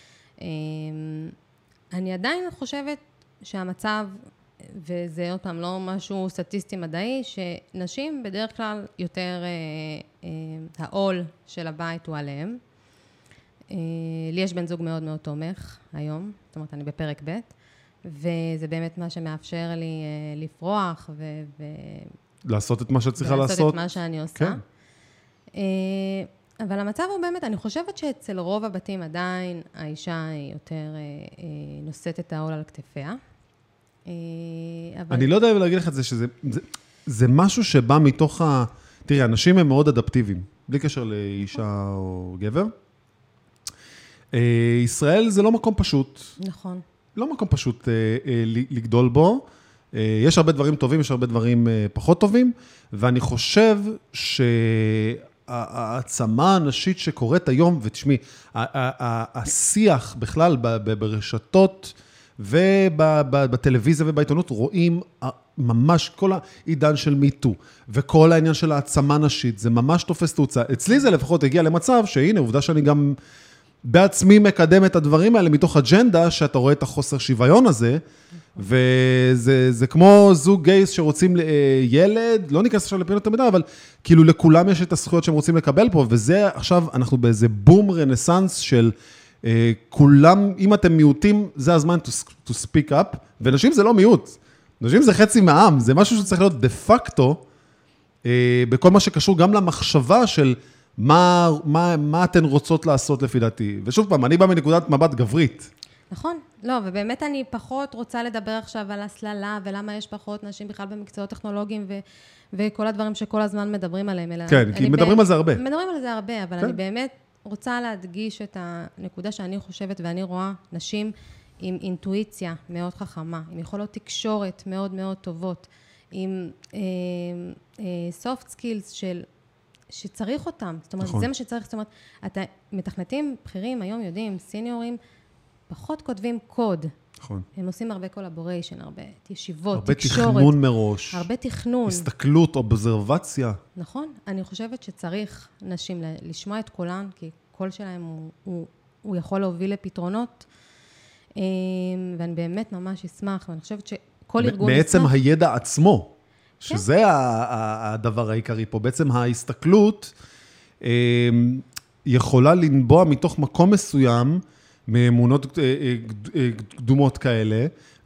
אני עדיין חושבת שהמצב, וזה עוד פעם לא משהו סטטיסטי מדעי, שנשים בדרך כלל יותר העול של הבית הוא עליהם. לי יש בן זוג מאוד מאוד תומך היום, זאת אומרת, אני בפרק ב', וזה באמת מה שמאפשר לי לפרוח ו... ו... לעשות את מה שצריכה לעשות. לעשות את מה שאני עושה. כן. אבל המצב הוא באמת, אני חושבת שאצל רוב הבתים עדיין האישה היא יותר נושאת את העול על כתפיה. אבל... אני לא יודע להגיד לך את זה, שזה זה, זה משהו שבא מתוך ה... תראי, אנשים הם מאוד אדפטיביים, בלי קשר לאישה או גבר. ישראל זה לא מקום פשוט. נכון. לא מקום פשוט לגדול בו. יש הרבה דברים טובים, יש הרבה דברים פחות טובים, ואני חושב שהעצמה הנשית שקורית היום, ותשמעי, השיח בכלל ברשתות ובטלוויזיה ובעיתונות, רואים ממש כל העידן של מיטו, וכל העניין של העצמה נשית, זה ממש תופס תאוצה. אצלי זה לפחות הגיע למצב שהנה, עובדה שאני גם בעצמי מקדם את הדברים האלה מתוך אג'נדה, שאתה רואה את החוסר שוויון הזה, וזה זה כמו זוג גייס שרוצים ילד, לא ניכנס עכשיו לפינות המדע, אבל כאילו לכולם יש את הזכויות שהם רוצים לקבל פה, וזה עכשיו אנחנו באיזה בום רנסנס של אה, כולם, אם אתם מיעוטים, זה הזמן to, to speak up, ונשים זה לא מיעוט, נשים זה חצי מהעם, זה משהו שצריך להיות דה פקטו, אה, בכל מה שקשור גם למחשבה של מה, מה, מה אתן רוצות לעשות לפי דעתי. ושוב פעם, אני בא מנקודת מבט גברית. נכון, לא, ובאמת אני פחות רוצה לדבר עכשיו על הסללה, ולמה יש פחות נשים בכלל במקצועות טכנולוגיים, ו- וכל הדברים שכל הזמן מדברים עליהם. כן, כי מדברים באמת, על זה הרבה. מדברים על זה הרבה, אבל כן. אני באמת רוצה להדגיש את הנקודה שאני חושבת, ואני רואה נשים עם אינטואיציה מאוד חכמה, עם יכולות תקשורת מאוד מאוד טובות, עם אה, אה, soft skills של... שצריך אותם, זאת אומרת, נכון. זה מה שצריך, זאת אומרת, אתה מתכנתים בכירים, היום יודעים, סיניורים, פחות כותבים קוד. נכון. הם עושים הרבה קולבוריישן, הרבה ישיבות, הרבה תקשורת. הרבה תכנון מראש. הרבה תכנון. הסתכלות, אובזרבציה. נכון. אני חושבת שצריך נשים לשמוע את קולן, כי קול שלהם הוא, הוא, הוא יכול להוביל לפתרונות, ואני באמת ממש אשמח, ואני חושבת שכל ארגון... בעצם ישמח... הידע עצמו. שזה הדבר העיקרי פה. בעצם ההסתכלות יכולה לנבוע מתוך מקום מסוים, מאמונות קדומות כאלה,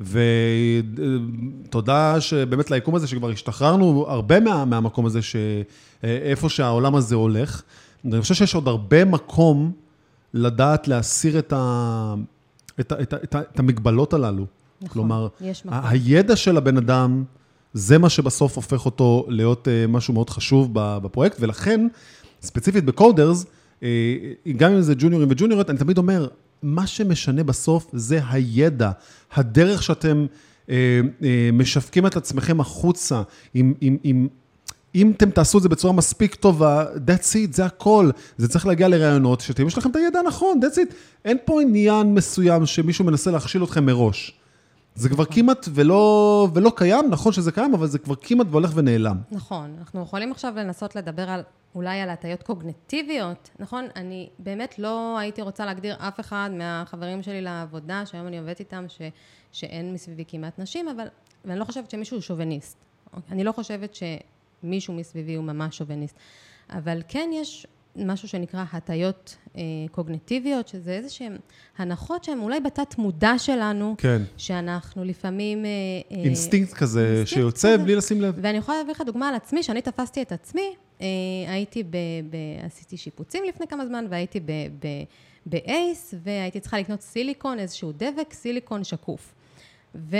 ותודה שבאמת ליקום הזה שכבר השתחררנו הרבה מה, מהמקום הזה, שאיפה שהעולם הזה הולך. אני חושב שיש עוד הרבה מקום לדעת להסיר את, ה, את, ה, את, ה, את, ה, את המגבלות הללו. נכון, כלומר, יש מקום. הידע של הבן אדם, זה מה שבסוף הופך אותו להיות משהו מאוד חשוב בפרויקט, ולכן, ספציפית בקודרס, גם אם זה ג'וניורים וג'וניוריות, אני תמיד אומר, מה שמשנה בסוף זה הידע, הדרך שאתם משווקים את עצמכם החוצה, אם, אם, אם, אם אתם תעשו את זה בצורה מספיק טובה, that's it, זה הכל. זה צריך להגיע לרעיונות, שאתם יש לכם את הידע הנכון, that's it. אין פה עניין מסוים שמישהו מנסה להכשיל אתכם מראש. זה כבר כמעט ולא, ולא קיים, נכון שזה קיים, אבל זה כבר כמעט והולך ונעלם. נכון, אנחנו יכולים עכשיו לנסות לדבר על, אולי על הטיות קוגניטיביות, נכון? אני באמת לא הייתי רוצה להגדיר אף אחד מהחברים שלי לעבודה, שהיום אני עובדת איתם, ש, שאין מסביבי כמעט נשים, אבל, ואני לא חושבת שמישהו הוא שוביניסט. אני לא חושבת שמישהו מסביבי הוא ממש שוביניסט, אבל כן יש משהו שנקרא הטיות אה, קוגניטיביות, שזה איזה שהן הנחות שהן אולי בתת מודע שלנו, כן. שאנחנו לפעמים... אה, אינסטינקט כזה, אינסטינקט שיוצא כזה. בלי לשים לב. ואני יכולה להביא לך דוגמה על עצמי, שאני תפסתי את עצמי, אה, הייתי ב, ב... עשיתי שיפוצים לפני כמה זמן, והייתי ב, ב, באייס, והייתי צריכה לקנות סיליקון, איזשהו דבק, סיליקון שקוף. ויש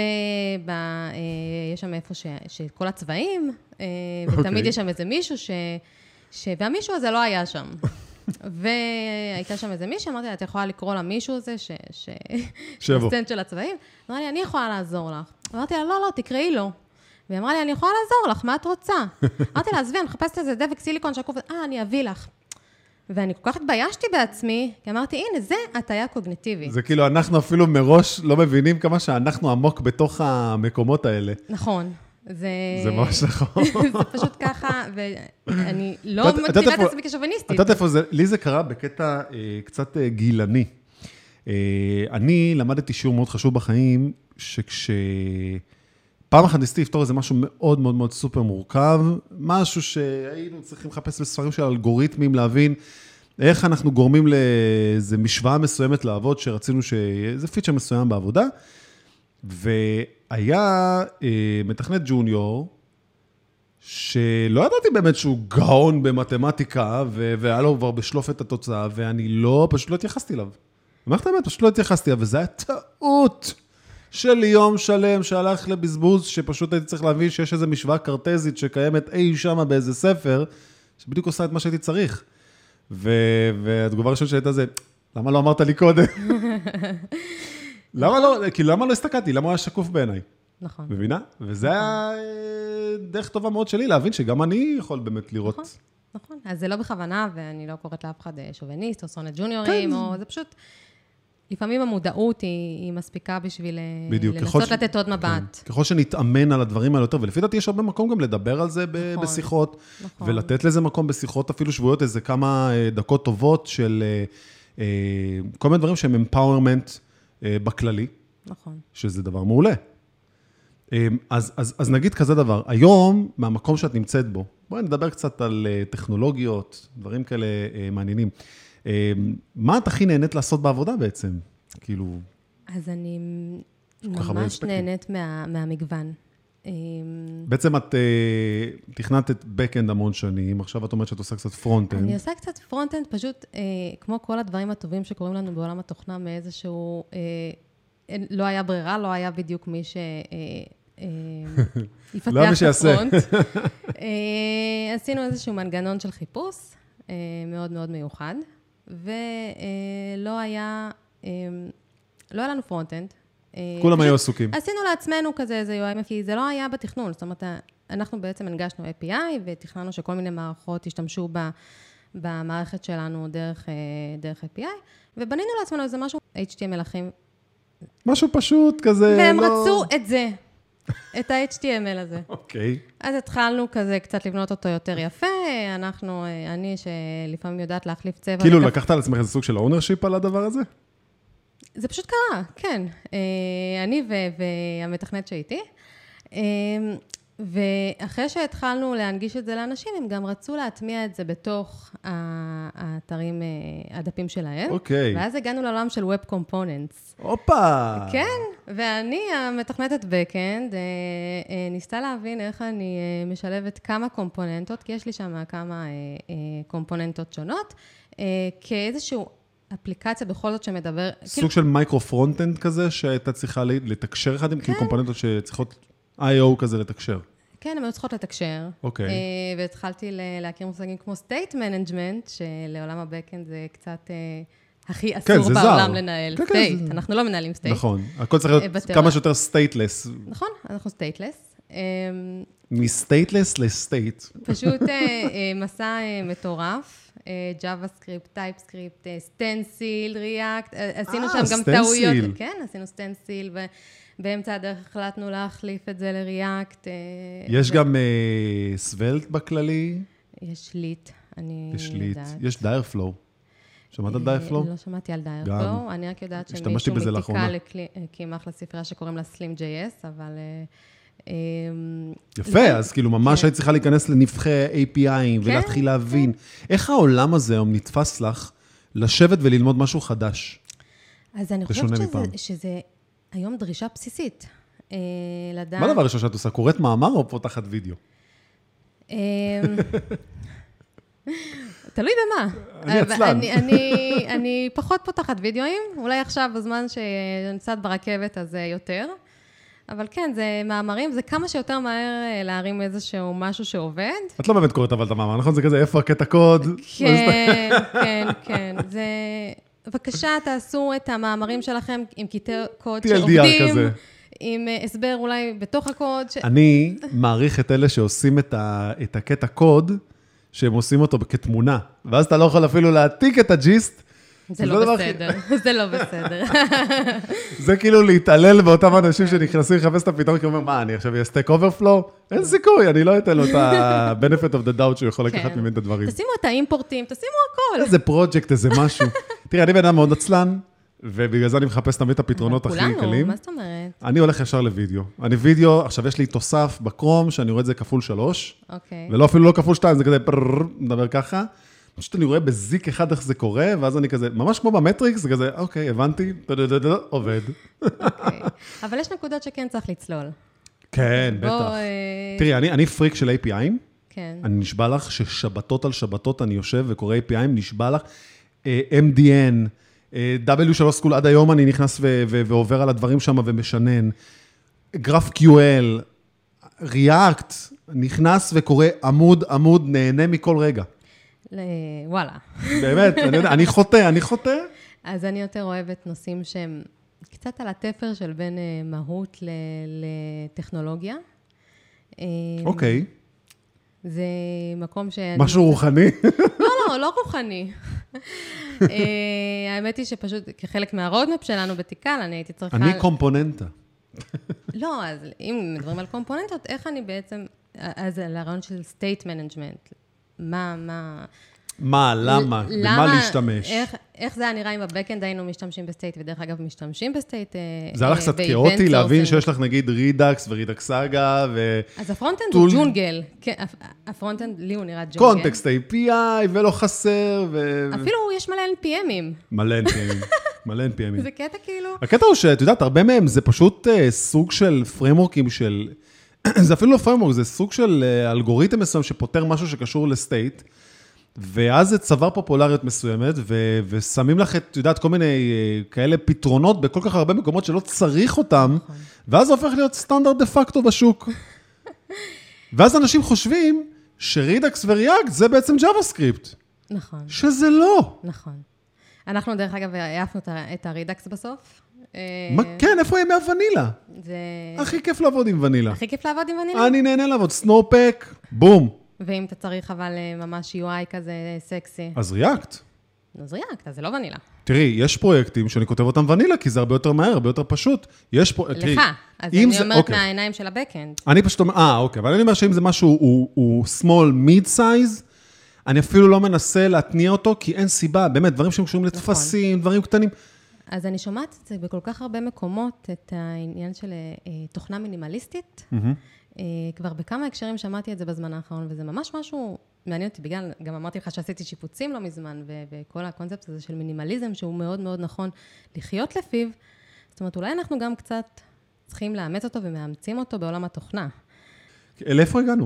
שם איפה ש, שכל הצבעים, אה, ותמיד okay. יש שם איזה מישהו ש... ש... והמישהו הזה לא היה שם. והייתה שם איזה מישהו, אמרתי לה, את יכולה לקרוא למישהו הזה, ש... ש... הסטנט של הצבעים? אמרה לי, אני יכולה לעזור לך. אמרתי לה, לא, לא, תקראי לו. והיא אמרה לי, אני יכולה לעזור לך, מה את רוצה? אמרתי לה, עזבי, אני מחפשת איזה דבק סיליקון שקוף, אה, אני אביא לך. ואני כל כך התביישתי בעצמי, כי אמרתי, הנה, זה הטיה קוגניטיבית. זה כאילו, אנחנו אפילו מראש לא מבינים כמה שאנחנו עמוק בתוך המקומות האלה. נכון. זה... זה ממש נכון. זה פשוט ככה, ואני לא מגדירה את עצמי כשוביניסטית. את יודעת איפה זה, לי זה קרה בקטע קצת גילני. אני למדתי שיעור מאוד חשוב בחיים, שכש... פעם אחת ניסיתי לפתור איזה משהו מאוד מאוד מאוד סופר מורכב, משהו שהיינו צריכים לחפש בספרים של אלגוריתמים, להבין איך אנחנו גורמים לאיזו משוואה מסוימת לעבוד, שרצינו שאיזה פיצ'ר מסוים בעבודה, והיה אה, מתכנת ג'וניור, שלא ידעתי באמת שהוא גאון במתמטיקה, ו- והיה לו כבר בשלוף את התוצאה, ואני לא, פשוט לא התייחסתי אליו. אמרת האמת, פשוט לא התייחסתי אליו, וזה היה טעות. של יום שלם שהלך לבזבוז, שפשוט הייתי צריך להבין שיש איזו משוואה קרטזית שקיימת אי שמה באיזה ספר, שבדיוק עושה את מה שהייתי צריך. ו- והתגובה הראשונה שהייתה זה, למה לא אמרת לי קודם? למה לא, כי למה לא הסתכלתי? למה הוא היה שקוף בעיניי? נכון. מבינה? וזה היה דרך טובה מאוד שלי, להבין שגם אני יכול באמת לראות. נכון, נכון. אז זה לא בכוונה, ואני לא קוראת לאף אחד שוביניסט, או שונאת ג'וניורים, או זה פשוט... לפעמים המודעות היא, היא מספיקה בשביל בדיוק, לנסות ש... לתת עוד מבט. כן. ככל שנתאמן על הדברים האלה יותר, ולפי דעתי יש הרבה מקום גם לדבר על זה נכון, בשיחות, נכון. ולתת לזה מקום בשיחות אפילו שבועות, איזה כמה דקות טובות של כל מיני דברים שהם empowerment בכללי, נכון. שזה דבר מעולה. אז, אז, אז נגיד כזה דבר, היום מהמקום שאת נמצאת בו, בואי נדבר קצת על טכנולוגיות, דברים כאלה מעניינים. מה את הכי נהנית לעשות בעבודה בעצם? כאילו... אז אני ממש נהנית מה, מהמגוון. בעצם את תכנת את back-end המון שנים, עכשיו את אומרת שאת עושה קצת front-end. אני עושה קצת front-end, פשוט כמו כל הדברים הטובים שקוראים לנו בעולם התוכנה, מאיזשהו... לא היה ברירה, לא היה בדיוק מי ש... יפתח את הפרונט. עשינו איזשהו מנגנון של חיפוש, מאוד מאוד מיוחד. ולא היה, לא היה לנו פרונט-אנד. כולם היו עסוקים. עשינו לעצמנו כזה, איזה יו אם אף, כי זה לא היה בתכנון. זאת אומרת, אנחנו בעצם הנגשנו איי פי איי, ותכננו שכל מיני מערכות ישתמשו במערכת שלנו דרך, דרך איי פי איי, ובנינו לעצמנו איזה משהו, אייץ' טי אם אל אחים. משהו פשוט כזה, והם לא... רצו את זה. את ה-אייץ' טי אם אל הזה. אוקיי. אז התחלנו כזה קצת לבנות אותו יותר יפה, אנחנו, אני שלפעמים יודעת להחליף צבע. כאילו לקחת על עצמך איזה סוג של ownership על הדבר הזה? זה פשוט קרה, כן. אני והמתכנת שהייתי. ואחרי שהתחלנו להנגיש את זה לאנשים, הם גם רצו להטמיע את זה בתוך האתרים, הדפים שלהם. אוקיי. ואז הגענו לעולם של Web Components. הופה! כן, ואני, המתכנתת backend, ניסתה להבין איך אני משלבת כמה קומפוננטות, כי יש לי שם כמה קומפוננטות שונות, כאיזשהו אפליקציה בכל זאת שמדבר... סוג של מייקרו-פרונט-אנד כזה, שהייתה צריכה לתקשר אחד עם כאילו קומפוננטות שצריכות איי או כזה לתקשר. כן, הן היו צריכות לתקשר. אוקיי. והתחלתי להכיר מושגים כמו state management, שלעולם ה-backend זה קצת הכי אסור בעולם לנהל. state, אנחנו לא מנהלים state. נכון, הכל צריך להיות כמה שיותר stateless. נכון, אנחנו stateless. מ-stateless ל-state. פשוט מסע מטורף, JavaScript, TypeScript, Stencil, React, עשינו שם גם טעויות. כן, עשינו Stencil, ובאמצע הדרך החלטנו להחליף את זה ל-React. יש גם סוולט בכללי? יש ליט, אני יודעת. יש ליט, יש Direflow. שמעת על Direflow? לא שמעתי על Direflow, אני רק יודעת שמישהו מתיקה לקימח לספרייה שקוראים לה סלים ג'יי אס, אבל... יפה, אז כאילו ממש היית צריכה להיכנס לנבחי איי פי איי ולהתחיל להבין. איך העולם הזה היום נתפס לך לשבת וללמוד משהו חדש? אז אני חושבת שזה היום דרישה בסיסית. מה הדבר ראשון שאת עושה? קוראת מאמר או פותחת וידאו? תלוי במה. אני עצלן. אני פחות פותחת וידאוים, אולי עכשיו בזמן שנצאת ברכבת אז יותר. אבל כן, זה מאמרים, זה כמה שיותר מהר להרים איזשהו משהו שעובד. את לא באמת קוראת אבל את המאמר, נכון? זה כזה, איפה הקטע קוד? כן, כן, כן. זה... בבקשה, תעשו את המאמרים שלכם עם קטעי קוד שעובדים, עם הסבר אולי בתוך הקוד. אני מעריך את אלה שעושים את הקטע קוד, שהם עושים אותו כתמונה, ואז אתה לא יכול אפילו להעתיק את הג'יסט. זה לא בסדר, זה לא בסדר. זה כאילו להתעלל באותם אנשים שנכנסים לחפש את הפתרון, כי הוא אומר, מה, אני עכשיו אהיה סטק אוברפלו? אין סיכוי, אני לא אתן לו את ה-benefit of the doubt שהוא יכול לקחת ממנו את הדברים. תשימו את האימפורטים, תשימו הכל. איזה פרויקט, איזה משהו. תראה, אני בן אדם מאוד עצלן, ובגלל זה אני מחפש תמיד את הפתרונות הכי קלים. כולנו, מה זאת אומרת? אני הולך ישר לוידאו. אני וידאו, עכשיו יש לי תוסף בקרום, שאני רואה את זה כפול שלוש, אוקיי. ולא אפילו לא כפול שתיים, זה כזה פרררר, מדבר ככה. פשוט אני רואה בזיק אחד איך זה קורה, ואז אני כזה, ממש כמו במטריקס, זה כזה, אוקיי, הבנתי, עובד. אוקיי. אבל יש נקודות שכן צריך לצלול. כן, בטח. תראי, אני פריק של איי פי אי'ים. כן. אני נשבע לך ששבתות על שבתות אני יושב וקורא איי פי אי'ים, נשבע לך, אם די אן, דאבליו שלוש סקול, עד היום אני נכנס ועובר על הדברים שם ומשנן, גרף קיו אל, ריאקט, נכנס וקורא עמוד, עמוד, נהנה מכל רגע. וואלה. באמת, אני יודע, אני חוטא, אני חוטא. אז אני יותר אוהבת נושאים שהם קצת על התפר של בין מהות לטכנולוגיה. אוקיי. זה מקום ש... משהו רוחני? לא, לא, לא רוחני. האמת היא שפשוט כחלק מהרודמפ שלנו בתיקל, אני הייתי צריכה... אני קומפוננטה. לא, אז אם מדברים על קומפוננטות, איך אני בעצם... אז על הרעיון של state management. מה, מה... מה, למה? במה להשתמש? איך, איך זה היה נראה אם בבקאנד היינו משתמשים בסטייט, ודרך אגב משתמשים בסטייט... זה היה לך קצת כאוטי להבין שיש לך נגיד רידקס ורידקס סאגה ו... אז הפרונט-אנד הוא ג'ונגל. הפרונט-אנד לי הוא נראה ג'ונגל. קונטקסט איי פי איי ולא חסר ו... אפילו יש מלא אן פי אמים. מלא אן פי אמים. מלא אן פי אמים. זה קטע כאילו... הקטע הוא שאת יודעת, הרבה מהם זה פשוט סוג של פריימורקים של... זה אפילו לא פריימורק, זה סוג של אלגוריתם מסוים שפותר משהו שקשור לסטייט. ואז זה צבר פופולריות מסוימת, ו- ושמים לך את, יודעת, כל מיני כאלה פתרונות בכל כך הרבה מקומות שלא צריך אותם, ואז זה הופך להיות סטנדרט דה פקטו בשוק. ואז אנשים חושבים שרידקס וריאקט זה בעצם ג'אווה סקריפט. נכון. שזה לא. נכון. אנחנו דרך אגב העפנו את הרידקס בסוף. מה, כן, איפה ימי הוונילה? זה... הכי כיף לעבוד עם ונילה. הכי כיף לעבוד עם ונילה? אני נהנה לעבוד, סנופק, בום. ואם אתה צריך אבל ממש יו איי כזה סקסי. אז ריאקט. אז ריאקט, אז זה לא ונילה. תראי, יש פרויקטים שאני כותב אותם ונילה, כי זה הרבה יותר מהר, הרבה יותר פשוט. יש פה, תראי. לך, אז אני אומרת מהעיניים של הבקאנד. אני פשוט אומר, אה, אוקיי, אבל אני אומר שאם זה משהו, הוא small, mid-size, אני אפילו לא מנסה להתניע אותו, כי אין סיבה, באמת, דברים שהם קשורים לתפסים, דברים קטנים. אז אני שומעת את זה בכל כך הרבה מקומות, את העניין של תוכנה מינימליסטית. כבר בכמה הקשרים שמעתי את זה בזמן האחרון, וזה ממש משהו מעניין אותי, בגלל, גם אמרתי לך שעשיתי שיפוצים לא מזמן, וכל הקונספט הזה של מינימליזם, שהוא מאוד מאוד נכון לחיות לפיו, זאת אומרת, אולי אנחנו גם קצת צריכים לאמץ אותו ומאמצים אותו בעולם התוכנה. לאיפה הגענו?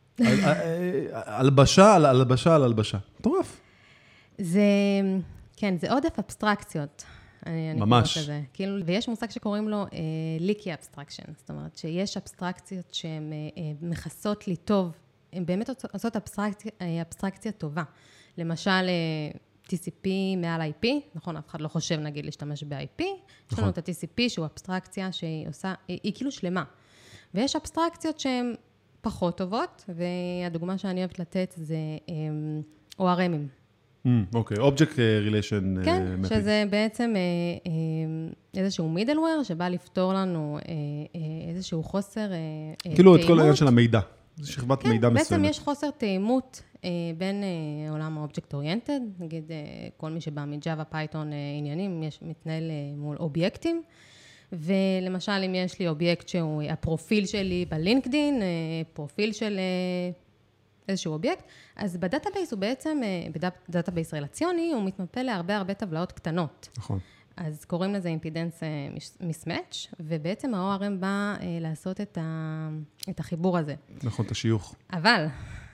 הלבשה על הלבשה על הלבשה. טורף. זה, כן, זה עודף אבסטרקציות. אני, ממש. אני כאילו, ויש מושג שקוראים לו ליקי אבסטרקשן, זאת אומרת שיש אבסטרקציות שהן מכסות לי טוב, הן באמת עושות אבסטרקציה, אבסטרקציה טובה. למשל, טי סי פי מעל איי פי, נכון, אף אחד לא חושב נגיד להשתמש ב-איי פי, נכון. יש לנו את ה-טי סי פי שהוא אבסטרקציה שהיא עושה, היא, היא כאילו שלמה. ויש אבסטרקציות שהן פחות טובות, והדוגמה שאני אוהבת לתת זה או אר אמים. אוקיי, Object Relation Mapping. כן, שזה בעצם איזשהו middleware שבא לפתור לנו איזשהו חוסר תאימות. כאילו את כל העניין של המידע, זה שכבת מידע מסוימת. כן, בעצם יש חוסר תאימות בין עולם ה-Object Oriented, נגיד כל מי שבא מג'אווה, פייתון עניינים, מתנהל מול אובייקטים, ולמשל אם יש לי אובייקט שהוא הפרופיל שלי בלינקדין, פרופיל של... איזשהו אובייקט, אז בדאטאבייס הוא בעצם, בדאטאבייס רלציוני, הוא מתמפה להרבה הרבה טבלאות קטנות. נכון. אז קוראים לזה אימפידנס מיסמץ', ובעצם ה-או אר אם בא לעשות את, ה, את החיבור הזה. נכון, את השיוך. אבל,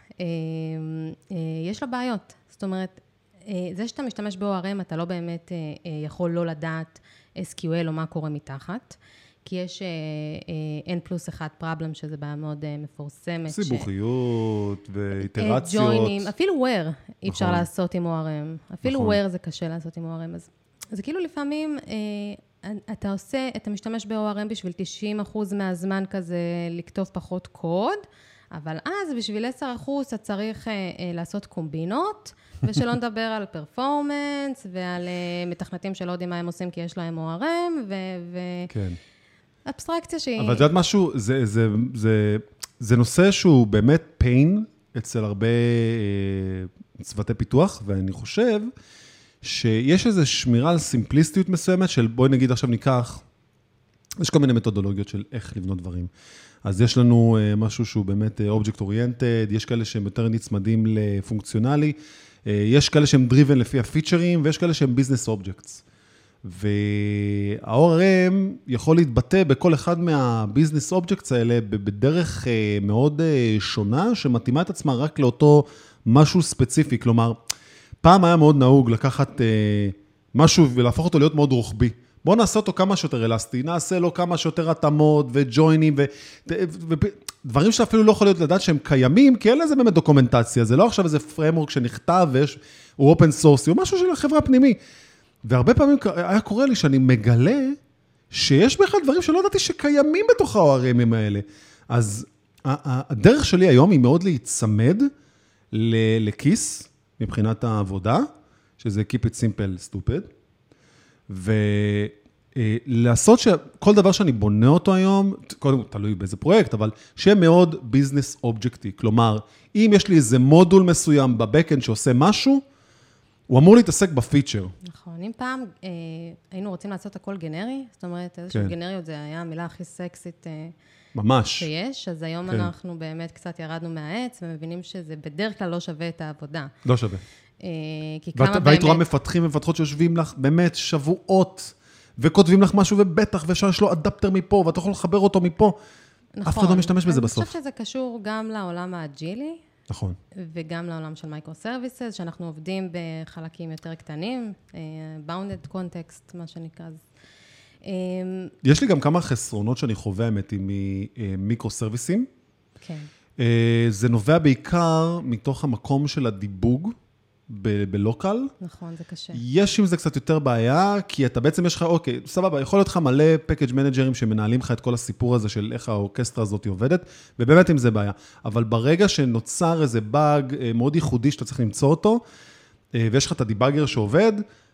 יש לו בעיות. זאת אומרת, זה שאתה משתמש ב-או אר אם, אתה לא באמת יכול לא לדעת אס קיו אל או מה קורה מתחת. כי יש N פלוס אחד פרבלם, שזה בעיה מאוד מפורסמת. סיבוכיות ואיטרציות. ג'וינים, אפילו where אי אפשר לעשות עם או אר אם. אפילו where זה קשה לעשות עם או אר אם. אז זה כאילו לפעמים, אתה עושה, אתה משתמש ב-או אר אם בשביל תשעים אחוז מהזמן כזה, לכתוב פחות קוד, אבל אז בשביל עשרה אחוז אתה צריך אה, אה, לעשות קומבינות, ושלא נדבר על פרפורמנס, ועל אה, מתכנתים שלא יודעים מה הם עושים כי יש להם או אר אם, ו... ו... כן. אבסטרקציה שהיא... אבל את יודעת משהו, זה, זה, זה, זה נושא שהוא באמת pain אצל הרבה אה, צוותי פיתוח, ואני חושב שיש איזו שמירה על סימפליסטיות מסוימת של בואי נגיד עכשיו ניקח, יש כל מיני מתודולוגיות של איך לבנות דברים. אז יש לנו אה, משהו שהוא באמת אה, object oriented, יש כאלה שהם יותר נצמדים לפונקציונלי, אה, יש כאלה שהם driven לפי הפיצ'רים, ויש כאלה שהם business objects. וה-או אר אם יכול להתבטא בכל אחד מה-business objects האלה בדרך מאוד שונה, שמתאימה את עצמה רק לאותו משהו ספציפי. כלומר, פעם היה מאוד נהוג לקחת משהו ולהפוך אותו להיות מאוד רוחבי. בואו נעשה אותו כמה שיותר אלסטי, נעשה לו כמה שיותר התאמות וג'וינים, ודברים שאפילו לא יכול להיות לדעת שהם קיימים, כי אין לזה באמת דוקומנטציה. זה לא עכשיו איזה framework שנכתב והוא open source, הוא משהו של החברה הפנימי. והרבה פעמים היה קורה לי שאני מגלה שיש בכלל דברים שלא ידעתי שקיימים בתוך ה-או אר אם האלה. אז הדרך שלי היום היא מאוד להיצמד לכיס מבחינת העבודה, שזה keep it simple stupid, ולעשות שכל דבר שאני בונה אותו היום, קודם תלוי באיזה פרויקט, אבל שיהיה מאוד business objective. כלומר, אם יש לי איזה מודול מסוים בבקאנד שעושה משהו, הוא אמור להתעסק בפיצ'ר. נכון, אם פעם אה, היינו רוצים לעשות הכל גנרי, זאת אומרת, איזשהו כן. גנריות זה היה המילה הכי סקסית אה, ממש. שיש, אז היום כן. אנחנו באמת קצת ירדנו מהעץ, ומבינים שזה בדרך כלל לא שווה את העבודה. לא שווה. אה, כי כמה באמת... והיית רואה מפתחים ומפתחות שיושבים לך באמת שבועות, וכותבים לך משהו ובטח, ואפשר יש לו אדפטר מפה, ואתה יכול לחבר אותו מפה. נכון. אף אחד לא משתמש בזה בסוף. אני חושבת שזה קשור גם לעולם האג'ילי, נכון. וגם לעולם של מייקרו-סרוויסס, שאנחנו עובדים בחלקים יותר קטנים, bounded context, מה שנקרא. יש לי גם כמה חסרונות שאני חווה, האמת, עם מיקרו-סרוויסים. כן. זה נובע בעיקר מתוך המקום של הדיבוג, בלוקל. נכון, זה קשה. יש עם זה קצת יותר בעיה, כי אתה בעצם יש לך, אוקיי, סבבה, יכול להיות לך מלא פקאג' מנג'רים שמנהלים לך את כל הסיפור הזה של איך האורקסטרה הזאת עובדת, ובאמת עם זה בעיה. אבל ברגע שנוצר איזה באג מאוד ייחודי שאתה צריך למצוא אותו, ויש לך את הדיבאגר שעובד,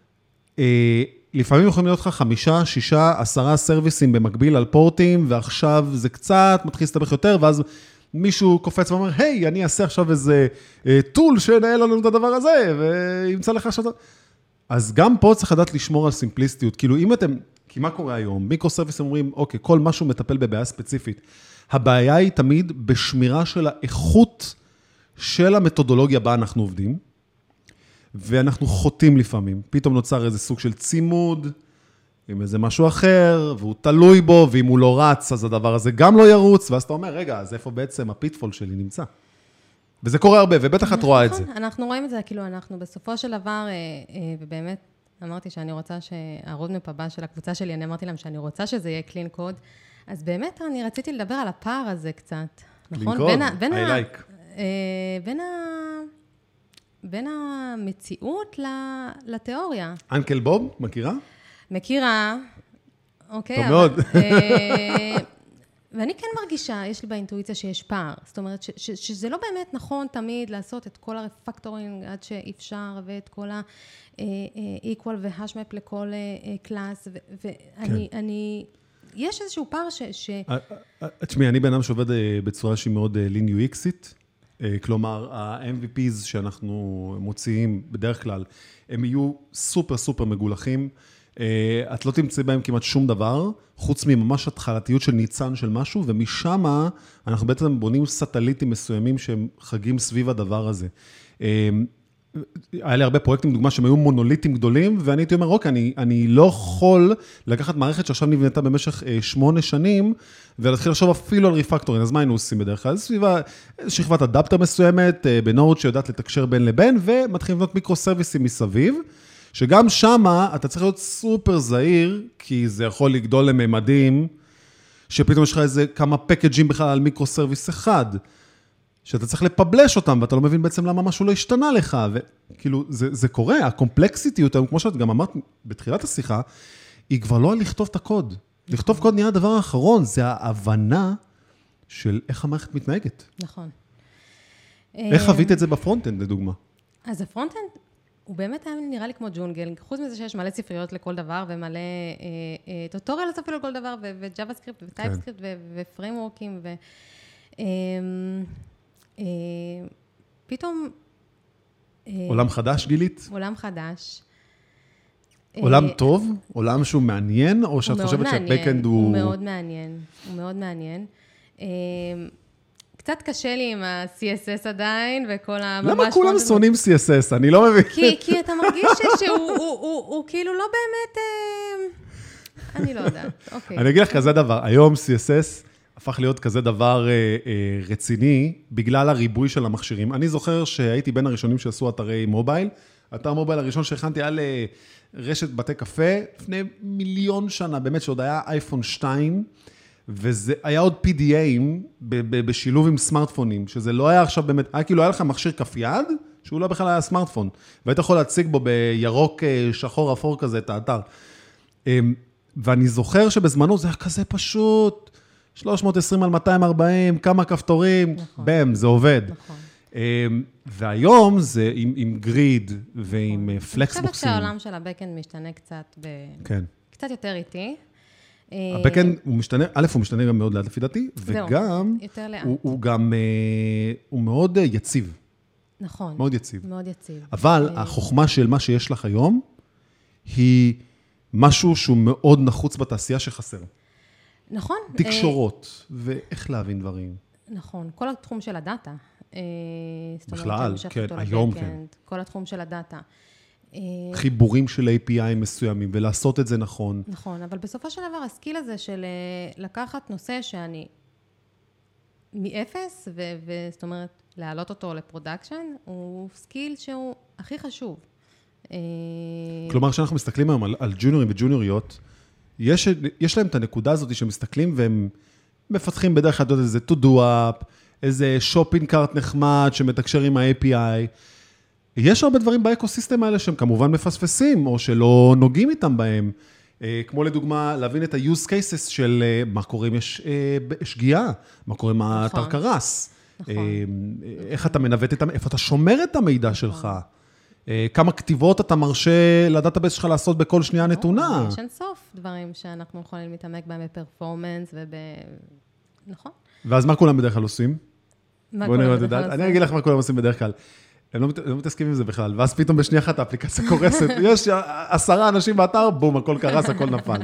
לפעמים יכולים להיות לך חמישה, שישה, עשרה סרוויסים במקביל על פורטים, ועכשיו זה קצת מתחיל להסתבך יותר, ואז מישהו קופץ ואומר, היי, אני אעשה עכשיו איזה טול שנהל לנו את הדבר הזה, וימצא לך עכשיו... אז גם פה צריך לדעת לשמור על סימפליסטיות. כאילו, אם אתם... כי מה קורה היום? מיקרו-סרוויס אומרים, אוקיי, כל משהו מטפל בבעיה ספציפית. הבעיה היא תמיד בשמירה של האיכות של המתודולוגיה בה אנחנו עובדים, ואנחנו חוטאים לפעמים. פתאום נוצר איזה סוג של צימוד, עם איזה משהו אחר, והוא תלוי בו, ואם הוא לא רץ, אז הדבר הזה גם לא ירוץ, ואז אתה אומר, רגע, אז איפה בעצם הפיטפול שלי נמצא? וזה קורה הרבה, ובטח את רואה את זה. אנחנו רואים את זה, כאילו, אנחנו בסופו של דבר, ובאמת, אמרתי שאני רוצה שהרודמפ הבא של הקבוצה שלי, אני אמרתי להם שאני רוצה שזה יהיה קלין קוד, אז באמת אני רציתי לדבר על הפער הזה קצת, נכון? קלין קוד, I like. בין ה... בין המציאות לתיאוריה. אנקל בוב, מכירה? מכירה, אוקיי. טוב מאוד. ואני כן מרגישה, יש לי באינטואיציה שיש פער. זאת אומרת, ש- ש- שזה לא באמת נכון תמיד לעשות את כל הרפקטורינג עד שאפשר, ואת כל ה-equal ו-hashmap לכל קלאס, ואני, אני, יש איזשהו פער ש... ש... תשמעי, אני בן אדם שעובד בצורה שהיא מאוד לין יו אקסית, כלומר, ה-אם וי פיז שאנחנו מוציאים בדרך כלל, הם יהיו סופר סופר מגולחים, את לא תמצא בהם כמעט שום דבר, חוץ מממש התחלתיות של ניצן של משהו, ומשם אנחנו בעצם בונים סטליטים מסוימים שהם חגים סביב הדבר הזה. היה לי הרבה פרויקטים, דוגמה, שהם היו מונוליטים גדולים, ואני הייתי אומר, אוקיי, אני, אני לא יכול לקחת מערכת שעכשיו נבנתה במשך שמונה שנים, ולהתחיל לחשוב אפילו על ריפקטורין, אז מה היינו עושים בדרך כלל? סביבה שכבת אדפטר מסוימת, בנוד שיודעת לתקשר בין לבין, ומתחילים לבנות מיקרו-סרוויסים מסביב, שגם שמה אתה צריך להיות סופר זהיר, כי זה יכול לגדול לממדים, שפתאום יש לך איזה כמה פקאג'ים בכלל על מיקרו-סרוויס אחד, שאתה צריך לפבלש אותם, ואתה לא מבין בעצם למה משהו לא השתנה לך, וכאילו, זה, זה קורה, הקומפלקסיטיות, כמו שאת גם אמרת בתחילת השיחה, היא כבר לא על לכתוב את הקוד. לכתוב קוד נהיה הדבר האחרון, זה ההבנה של איך המערכת מתנהגת. נכון. איך חווית את זה בפרונט-אנד, לדוגמה? אז הפרונט-אנד, הוא באמת היה נראה לי כמו ג'ונגל, חוץ מזה שיש מלא ספריות לכל דבר, ומלא טוטוריאלס אפילו לכל דבר, וג'אווה סקריפט, וטייפסקריפט, ופריימוורקים, ופתאום... עולם חדש גילית? עולם חדש. עולם טוב? עולם שהוא מעניין? או שאת חושבת שהבקאנד הוא... הוא מאוד מעניין, הוא מאוד מעניין. קצת קשה לי עם ה-סי אס אס עדיין, וכל ה... למה כולם שונאים סי אס אס? אני לא מבין. כי אתה מרגיש שהוא כאילו לא באמת... אני לא יודעת, אוקיי. אני אגיד לך כזה דבר, היום סי אס אס הפך להיות כזה דבר רציני, בגלל הריבוי של המכשירים. אני זוכר שהייתי בין הראשונים שעשו אתרי מובייל, אתר מובייל הראשון שהכנתי היה לרשת בתי קפה, לפני מיליון שנה, באמת שעוד היה אייפון שתיים, וזה היה עוד פי די איי-ים בשילוב עם סמארטפונים, שזה לא היה עכשיו באמת, היה כאילו היה לך מכשיר כף יד, שהוא לא בכלל היה סמארטפון, והיית יכול להציג בו בירוק שחור אפור כזה את האתר. ואני זוכר שבזמנו זה היה כזה פשוט, שלוש מאות ועשרים על מאתיים וארבעים, כמה כפתורים, נכון. בם, זה עובד. נכון. והיום זה עם, עם גריד ועם נכון. פלקסבוקסים. אני חושבת שהעולם של הבקאנד משתנה קצת, ב... כן. קצת יותר איטי. הבקאנד הוא משתנה, א', הוא משתנה גם מאוד לאט לפי דעתי, וגם הוא, הוא גם, הוא מאוד יציב. נכון. מאוד יציב. מאוד יציב. אבל החוכמה של מה שיש לך היום, היא משהו שהוא מאוד נחוץ בתעשייה שחסר. נכון. תקשורות, ואיך להבין דברים. נכון, כל התחום של הדאטה. בכלל, כן, היום כן. כל התחום של הדאטה. חיבורים של איי פי איי מסוימים, ולעשות את זה נכון. נכון, אבל בסופו של דבר, הסקיל הזה של לקחת נושא שאני מאפס, וזאת אומרת, להעלות אותו לפרודקשן, הוא סקיל שהוא הכי חשוב. כלומר, כשאנחנו מסתכלים היום על, על ג'וניורים וג'וניוריות, יש, יש להם את הנקודה הזאת שמסתכלים, והם מפתחים בדרך כלל איזה to-do up, איזה שופינג קארט נחמד שמתקשר עם ה-איי פי איי, יש הרבה דברים באקוסיסטם האלה שהם כמובן מפספסים, או שלא נוגעים איתם בהם, כמו לדוגמה, להבין את ה-use cases של מה קורה אם יש שגיאה, מה קורה אם האתר קרס, איך אתה מנווט את, איפה אתה שומר את המידע שלך, כמה כתיבות אתה מרשה לדאטאבייס שלך לעשות בכל שנייה נתונה. יש אין סוף דברים שאנחנו יכולים להתעמק בהם בפרפורמנס וב... נכון. ואז מה כולם בדרך כלל עושים? מה כולם בדרך כלל עושים? אני אגיד לך מה כולם עושים בדרך כלל. הם לא מתעסקים עם זה בכלל, ואז פתאום בשנייה אחת האפליקציה קורסת, יש עשרה אנשים באתר, בום, הכל קרס, הכל נפל.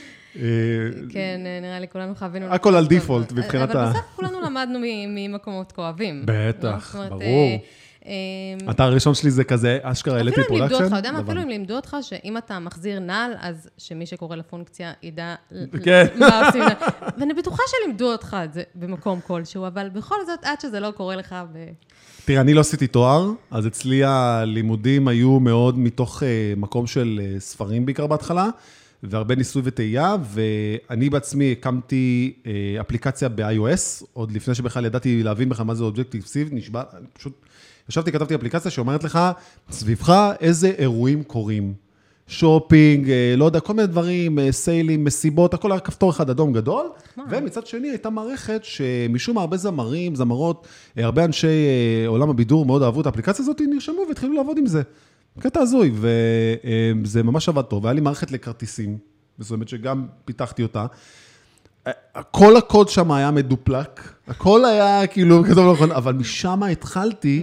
כן, נראה לי כולנו חווינו... הכל על דיפולט, מבחינת ה... אבל בסוף כולנו למדנו ממקומות כואבים. בטח, ברור. אתה הראשון שלי זה כזה, אשכרה העליתי פרודקשן. אפילו אם לימדו אותך, יודע מה, אפילו אם לימדו אותך, שאם אתה מחזיר נל, אז שמי שקורא לפונקציה ידע מה עושים. ואני בטוחה שלימדו אותך את זה במקום כלשהו, אבל בכל זאת, עד שזה לא קורה לך ב... תראה, אני לא עשיתי תואר, אז אצלי הלימודים היו מאוד מתוך מקום של ספרים בעיקר בהתחלה, והרבה ניסוי וטעייה, ואני בעצמי הקמתי אפליקציה ב-iOS, עוד לפני שבכלל ידעתי להבין בכלל מה זה Objective-C, נשבע, פשוט ישבתי, כתבתי אפליקציה שאומרת לך, סביבך איזה אירועים קורים, שופינג, לא יודע, כל מיני דברים, סיילים, מסיבות, הכל היה כפתור אחד אדום גדול, ומצד שני הייתה מערכת שמשום הרבה זמרים, זמרות, הרבה אנשי עולם הבידור מאוד אהבו את האפליקציה הזאת, נרשמו והתחילו לעבוד עם זה. קטע הזוי, וזה ממש עבד טוב, והיה לי מערכת לכרטיסים, זאת אומרת שגם פיתחתי אותה, כל הקוד שם היה מדופלק, הכל היה כאילו כתוב לא נכון, אבל משם התחלתי,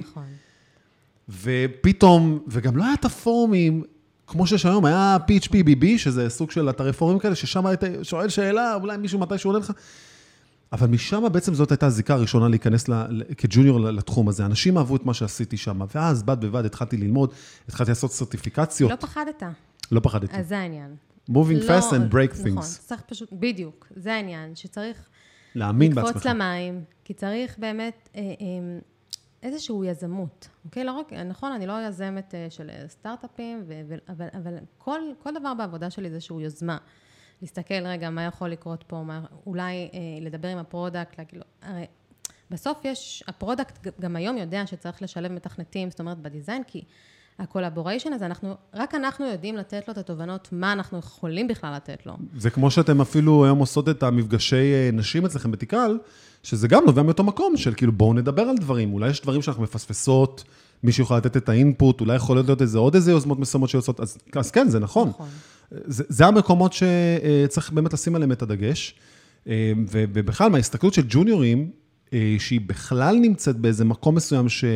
ופתאום, וגם לא היה את הפורומים, כמו שיש היום, היה פי אייץ' פי בי בי, שזה סוג של אתרי פורומים כאלה, ששם היית שואל שאלה, אולי מישהו מתי שהוא עולה לך, אבל משם בעצם זאת הייתה הזיקה הראשונה להיכנס כג'וניור לתחום הזה. אנשים אהבו את מה שעשיתי שם, ואז בד בבד התחלתי ללמוד, התחלתי לעשות סרטיפיקציות. לא פחדת. לא פחדתי. אז זה העניין. Moving fast and break things. נכון, צריך פשוט, בדיוק, זה העניין, שצריך להאמין בעצמך. לקפוץ למים, כי צריך באמת איזשהו יזמות. אוקיי? לא רק, נכון, אני לא יזמת של סטארט-אפים, אבל, אבל כל, כל דבר בעבודה שלי זה שהוא יוזמה. להסתכל רגע מה יכול לקרות פה, מה, אולי אה, לדבר עם הפרודקט, להגיד לו, הרי בסוף יש, הפרודקט גם היום יודע שצריך לשלב מתכנתים, זאת אומרת בדיזיין, כי הקולבוריישן הזה, אנחנו, רק אנחנו יודעים לתת לו את התובנות, מה אנחנו יכולים בכלל לתת לו. זה כמו שאתם אפילו היום עושות את המפגשי נשים אצלכם בתיקל, שזה גם נובע מאותו מקום של כאילו בואו נדבר על דברים, אולי יש דברים שאנחנו מפספסות, מישהו יכול לתת את האינפוט, אולי יכול להיות איזה, עוד איזה יוזמות מסוימות שיוצאות, אז, אז כן, זה נכון. נכון. זה, זה המקומות שצריך באמת לשים עליהם את הדגש, ובכלל מההסתכלות של ג'וניורים, שהיא בכלל נמצאת באיזה מקום מסוים ש...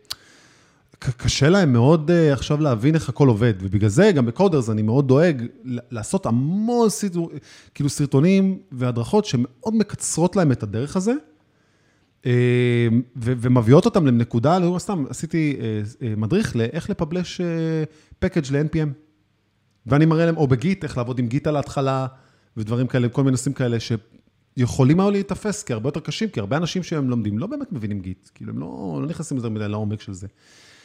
קשה להם מאוד uh, עכשיו להבין איך הכל עובד, ובגלל זה גם בקודרס אני מאוד דואג לעשות המון סרטו, כאילו סרטונים והדרכות שמאוד מקצרות להם את הדרך הזה, uh, ו- ומביאות אותם לנקודה, לא סתם, עשיתי uh, uh, מדריך לאיך לפבלש פקאג' ל-אן פי אם, ואני מראה להם, או בגיט, איך לעבוד עם גיט על ההתחלה, ודברים כאלה, כל מיני נושאים כאלה שיכולים מאוד להתאפס, כי הרבה יותר קשים, כי הרבה אנשים שהם לומדים לא באמת מבינים גיט, כאילו הם לא, לא נכנסים יותר מדי לעומק של זה.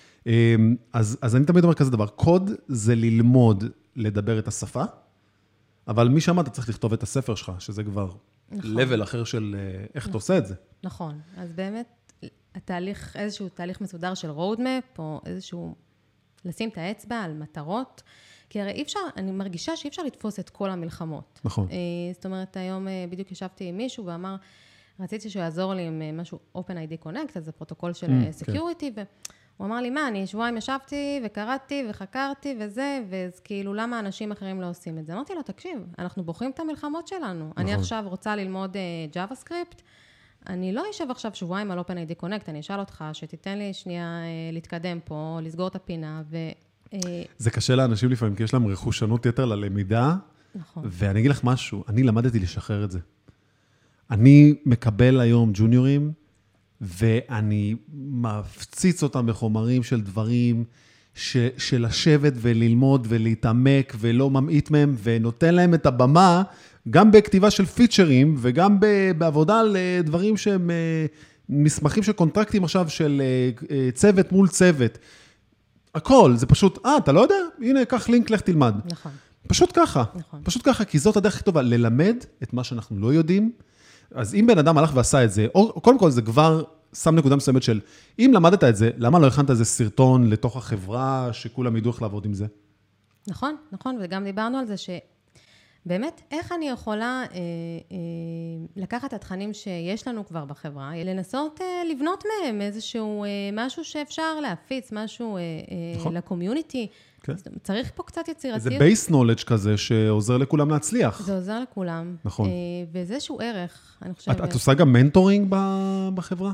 אז, אז אני תמיד אומר כזה דבר, קוד זה ללמוד לדבר את השפה, אבל מי שאמר, אתה צריך לכתוב את הספר שלך, שזה כבר נכון. level אחר של איך נכון. אתה עושה את זה. נכון, אז באמת, התהליך, איזשהו תהליך מסודר של roadmap, או איזשהו, לשים את האצבע על מטרות, כי הרי אי אפשר, אני מרגישה שאי אפשר לתפוס את כל המלחמות. נכון. זאת אומרת, היום בדיוק ישבתי עם מישהו ואמר, רציתי שהוא יעזור לי עם משהו OpenID Connect, אז זה פרוטוקול של Mm, security, כן. ו... הוא אמר לי, מה, אני שבועיים ישבתי וקראתי וחקרתי וזה, וכאילו, למה אנשים אחרים לא עושים את זה? אמרתי לו, תקשיב, אנחנו בוחרים את המלחמות שלנו. נכון. אני עכשיו רוצה ללמוד uh, JavaScript, אני לא אשב עכשיו שבועיים על OpenID Connect, אני אשאל אותך שתיתן לי שנייה uh, להתקדם פה, לסגור את הפינה, ו... Uh, זה קשה לאנשים לפעמים, כי יש להם רכושנות יתר ללמידה, נכון. ואני אגיד לך משהו, אני למדתי לשחרר את זה. אני מקבל היום ג'וניורים, ואני מפציץ אותם בחומרים של דברים, ש, של לשבת וללמוד ולהתעמק ולא ממעיט מהם, ונותן להם את הבמה, גם בכתיבה של פיצ'רים, וגם בעבודה על דברים שהם מסמכים של קונטרקטים עכשיו, של צוות מול צוות. הכל, זה פשוט, אה, אתה לא יודע? הנה, קח לינק, לך תלמד. נכון. פשוט ככה. נכון. פשוט ככה, כי זאת הדרך הכי טובה, ללמד את מה שאנחנו לא יודעים, אז אם בן אדם הלך ועשה את זה, או קודם כל זה כבר שם נקודה מסוימת של, אם למדת את זה, למה לא הכנת איזה סרטון לתוך החברה, שכולם ידעו איך לעבוד עם זה? נכון, נכון, וגם דיברנו על זה שבאמת, איך אני יכולה אה, אה, לקחת את התכנים שיש לנו כבר בחברה, לנסות אה, לבנות מהם איזשהו אה, משהו שאפשר להפיץ, משהו אה, נכון. אה, לקומיוניטי, כן. צריך פה קצת יצירתיות. זה base knowledge כזה שעוזר לכולם להצליח. זה עוזר לכולם. נכון. וזה איזשהו ערך, אני חושבת. את, את עושה גם מנטורינג בחברה?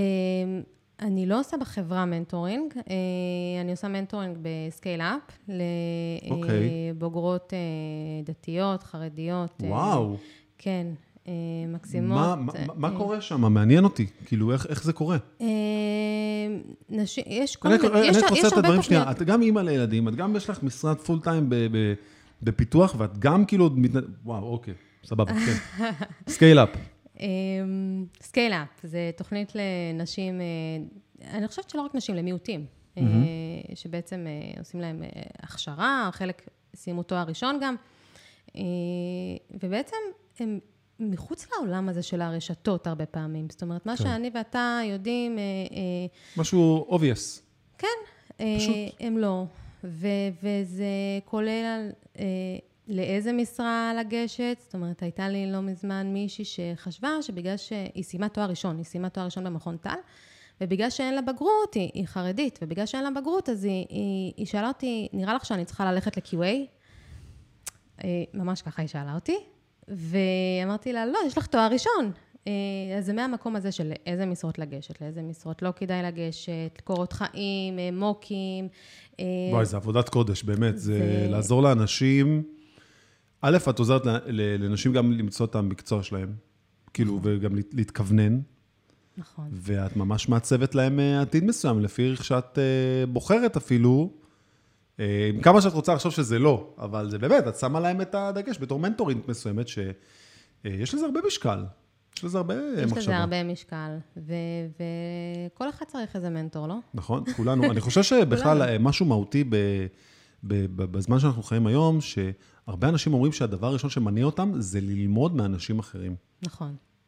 אני לא עושה בחברה מנטורינג, אני עושה מנטורינג בסקייל-אפ, לבוגרות דתיות, חרדיות. וואו. כן. מקסימות. מה, מה, מה קורה שם? מעניין אותי. כאילו, איך, איך זה קורה? נשים, יש כל מיני, יש, יש הרבה תוכניות. שנייה, את גם אימא לילדים, את גם יש לך משרד פול טיים בפיתוח, ואת גם כאילו, וואו, אוקיי, סבבה, כן. סקייל-אפ. סקייל-אפ, זה תוכנית לנשים, אני חושבת שלא רק נשים, למיעוטים, שבעצם עושים להם הכשרה, חלק סיימו תואר ראשון גם, ובעצם הם מחוץ לעולם הזה של הרשתות הרבה פעמים. זאת אומרת, מה שאני ואתה יודעים... משהו obvious. כן. פשוט. הם לא. וזה כולל על לאיזה משרה לגשת. זאת אומרת, הייתה לי לא מזמן מישהי שחשבה שבגלל שהיא סיימה תואר ראשון, היא סיימה תואר ראשון במכון טל, ובגלל שאין לה בגרות, היא, היא חרדית, ובגלל שאין לה בגרות, אז היא, היא, היא שאלה אותי, נראה לך שאני צריכה ללכת ל-קיו איי? ממש ככה היא שאלה אותי. ואמרתי לה, לא, יש לך תואר ראשון. אז זה מהמקום הזה של איזה משרות לגשת, לאיזה משרות לא כדאי לגשת, קורות חיים, מוקים. וואי, זה עבודת קודש, באמת. זה לעזור לאנשים. א', את עוזרת לנשים גם למצוא את המקצוע שלהם, כאילו, וגם להתכוונן. נכון. ואת ממש מעצבת להם עתיד מסוים, לפי איך שאת בוחרת אפילו, עם כמה שאת רוצה לחשוב שזה לא, אבל זה באמת, את שמה להם את הדגש בתור מנטורית מסוימת, שיש לזה הרבה משקל, יש לזה הרבה מחשבה. יש לזה הרבה משקל, וכל אחד צריך איזה מנטור, לא? נכון, כולנו. אני חושב שבכלל משהו מהותי בזמן שאנחנו חיים היום, שהרבה אנשים אומרים שהדבר הראשון שמניע אותם, זה ללמוד מאנשים אחרים. נכון.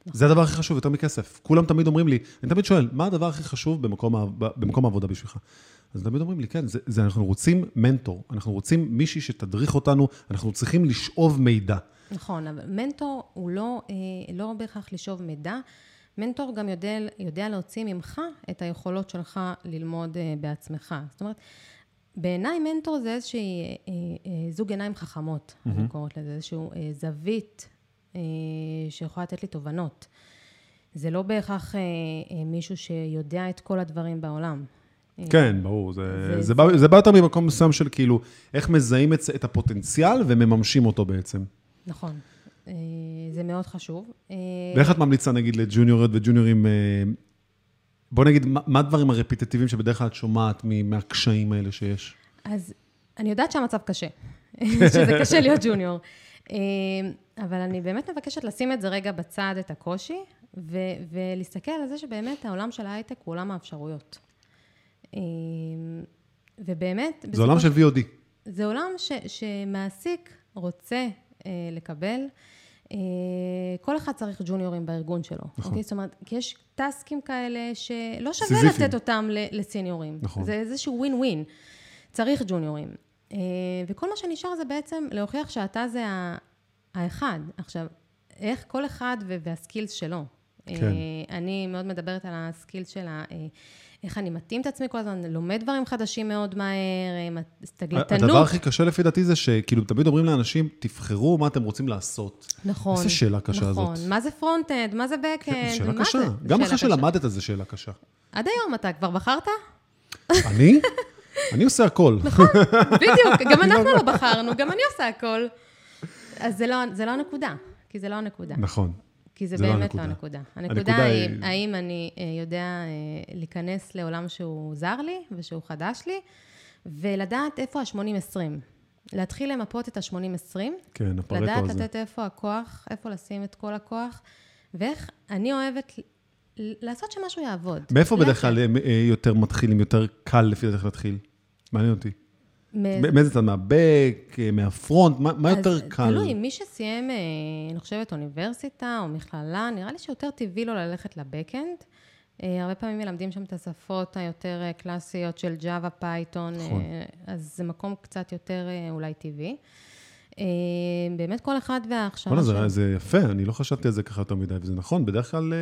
זה הדבר הכי חשוב, יותר מכסף. כולם תמיד אומרים לי, אני תמיד שואל, מה הדבר הכי חשוב במקום, במקום העבודה בשבילך? אז תמיד אומרים לי, כן, זה, זה אנחנו רוצים מנטור, אנחנו רוצים מישהי שתדריך אותנו, אנחנו צריכים לשאוב מידע. נכון, אבל מנטור הוא לא, לא בהכרח לשאוב מידע, מנטור גם יודע, יודע להוציא ממך את היכולות שלך ללמוד בעצמך. זאת אומרת, בעיניי מנטור זה איזושהי זוג עיניים חכמות, mm-hmm. אני קוראת לזה, איזשהו זווית שיכולה לתת לי תובנות. זה לא בהכרח מישהו שיודע את כל הדברים בעולם. כן, ברור. זה, זה, זה, בא, זה בא יותר ממקום מסוים של כאילו, איך מזהים את, את הפוטנציאל ומממשים אותו בעצם. נכון. זה מאוד חשוב. ואיך את ממליצה, נגיד, לג'וניוריות וג'וניורים, בוא נגיד, מה, מה הדברים הרפיטטיביים שבדרך כלל את שומעת מהקשיים האלה שיש? אז אני יודעת שהמצב קשה, שזה קשה להיות ג'וניור. אבל אני באמת מבקשת לשים את זה רגע בצד, את הקושי, ו- ולהסתכל על זה שבאמת העולם של ההייטק הוא עולם האפשרויות. ובאמת... זה עולם של וי או די. זה עולם ש- שמעסיק רוצה לקבל. כל אחד צריך ג'וניורים בארגון שלו. נכון. אוקיי? זאת אומרת, כי יש טסקים כאלה שלא שווה סיזיפים. לתת אותם לסיניורים. נכון. זה איזשהו ווין ווין. צריך ג'וניורים. וכל מה שנשאר זה בעצם להוכיח שאתה זה האחד. עכשיו, איך כל אחד והסקילס שלו. כן. אני מאוד מדברת על הסקילס של איך אני מתאים את עצמי כל הזמן, לומד דברים חדשים מאוד מהר, סתגלתנות. הדבר הכי קשה לפי דעתי זה שכאילו תמיד אומרים לאנשים, תבחרו מה אתם רוצים לעשות. נכון. איזה שאלה קשה הזאת. נכון. מה זה פרונט-אנד? מה זה בק-אנד? שאלה קשה. גם אחרי שלמדת את זה שאלה קשה. עד היום אתה כבר בחרת? אני? אני עושה הכל. נכון, בדיוק. גם אנחנו לא בחרנו, גם אני עושה הכל. אז זה לא, זה לא הנקודה, כי זה לא הנקודה. נכון. כי זה באמת לא הנקודה. הנקודה היא, האם אני יודע להיכנס לעולם שהוא זר לי, ושהוא חדש לי, ולדעת איפה ה-שמונים עשרים. להתחיל למפות את ה-שמונים עשרים. כן, הפרטו הזה. לדעת לתת איפה הכוח, איפה לשים את כל הכוח, ואיך אני אוהבת לעשות שמשהו יעבוד. מאיפה בדרך כלל יותר מתחילים, יותר קל לפי דרך להתחיל? מעניין אותי. מאיזה צד, מהבק, מהפרונט, מה יותר קל? תלוי, מי שסיים, אני חושבת, אוניברסיטה או מכללה, נראה לי שיותר טבעי לו ללכת לבקאנד. הרבה פעמים מלמדים שם את השפות היותר קלאסיות של ג'אווה, פייתון, אז זה מקום קצת יותר אולי טבעי. באמת כל אחד וההכשרה שלו. זה יפה, אני לא חשבתי על זה ככה יותר מדי, וזה נכון, בדרך כלל...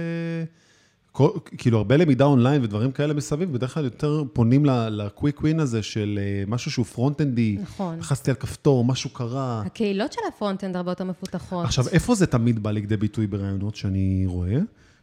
כאילו, הרבה למידה אונליין ודברים כאלה מסביב, בדרך כלל יותר פונים לקוויק ווין הזה של משהו שהוא פרונט-אנדי. נכון. לחצתי על כפתור, משהו קרה. הקהילות של הפרונט-אנד הרבה יותר מפותחות. עכשיו, איפה זה תמיד בא לידי ביטוי ברעיונות שאני רואה?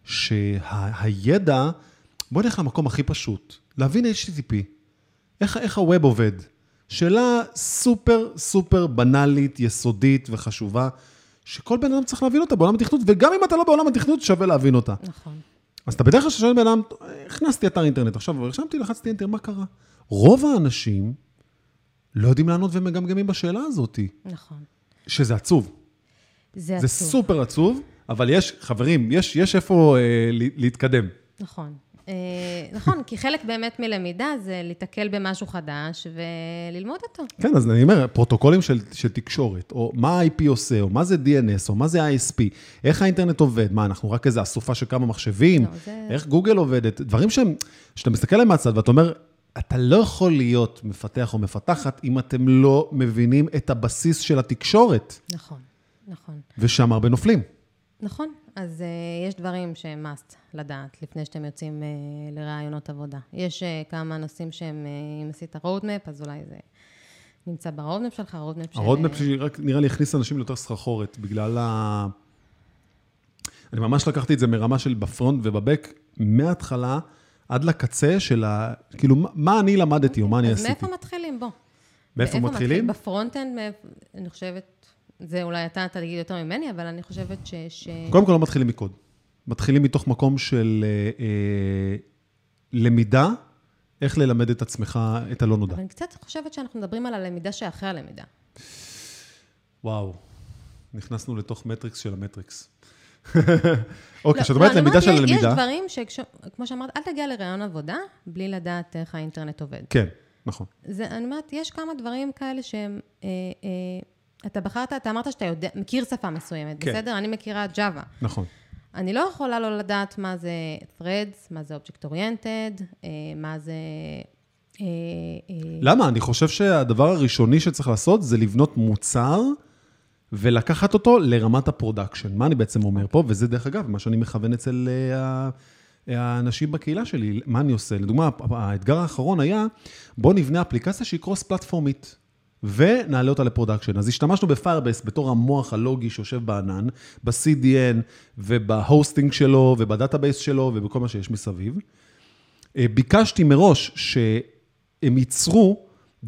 שהידע, בוא נלך למקום הכי פשוט, להבין אייץ' טי טי פי, איך, איך הווב עובד. שאלה סופר סופר בנאלית, יסודית וחשובה, שכל בן אדם צריך להבין אותה בעולם התכנות, וגם אם אתה לא בעולם התכנות, שווה להבין אותה. נכון. אז אתה בדרך כלל ששואל בן אדם, הכנסתי אתר אינטרנט, עכשיו הרשמתי, לחצתי אינטר, מה קרה? רוב האנשים לא יודעים לענות ומגמגמים בשאלה הזאת. נכון. שזה עצוב. זה עצוב. זה סופר עצוב, אבל יש, חברים, יש, יש איפה אה, להתקדם. נכון. אה, נכון, כי חלק באמת מלמידה זה להתקל במשהו חדש וללמוד אותו. כן, אז אני אומר, פרוטוקולים של, של תקשורת, או מה ה-איי פי עושה, או מה זה די אן אס, או מה זה איי אס פי, איך האינטרנט עובד, מה, אנחנו רק איזו אסופה של כמה מחשבים, לא, זה... איך גוגל עובדת, דברים שהם, שאתה מסתכל עליהם מהצד, ואתה אומר, אתה לא יכול להיות מפתח או מפתחת, אם אתם לא מבינים את הבסיס של התקשורת. נכון, נכון. ושם הרבה נופלים. נכון, אז uh, יש דברים שהם must לדעת, לפני שאתם יוצאים uh, לרעיונות עבודה. יש uh, כמה נושאים שהם, uh, אם עשית roadmap, אז אולי זה נמצא ב-roadmap שלך, roadmap של... ה-roadmap שלי רק נראה לי הכניס אנשים ליותר סחרחורת, בגלל ה... אני ממש לקחתי את זה מרמה של בפרונט ובבק, מההתחלה עד לקצה של ה... כאילו, מה אני למדתי או מה אני עשיתי. אז מאיפה מתחילים? בוא. מאיפה מתחילים? בפרונט-אנד, אני חושבת... זה אולי אתה תגיד יותר ממני, אבל אני חושבת ש... ש... קודם כל לא מתחילים מקוד. מתחילים מתוך מקום של אה, אה, למידה, איך ללמד את עצמך את הלא נודע. אבל אני קצת חושבת שאנחנו מדברים על הלמידה שאחרי הלמידה. וואו, נכנסנו לתוך מטריקס של המטריקס. אוקיי, שאת אומרת למידה של הלמידה. יש דברים שכמו שאמרת, אל תגיע לרעיון עבודה, בלי לדעת איך האינטרנט עובד. כן, נכון. אני אומרת, יש כמה דברים כאלה שהם... אתה בחרת, אתה אמרת שאתה יודע, מכיר שפה מסוימת, כן. בסדר? אני מכירה ג'אווה. נכון. אני לא יכולה לא לדעת מה זה threads, מה זה object oriented, מה זה... למה? אני חושב שהדבר הראשוני שצריך לעשות זה לבנות מוצר, ולקחת אותו לרמת הפרודקשן. מה אני בעצם אומר פה? וזה דרך אגב, מה שאני מכוון אצל האנשים בקהילה שלי. מה אני עושה? לדוגמה, האתגר האחרון היה, בוא נבנה אפליקציה שהיא קרוס פלטפורמית, ונעלה אותה לפרודקשן. אז השתמשנו בפיירבייס בתור המוח הלוגי שיושב בענן, ב-סי די אן ובהוסטינג שלו, ובדאטאבייס שלו, ובכל מה שיש מסביב. ביקשתי מראש שהם ייצרו,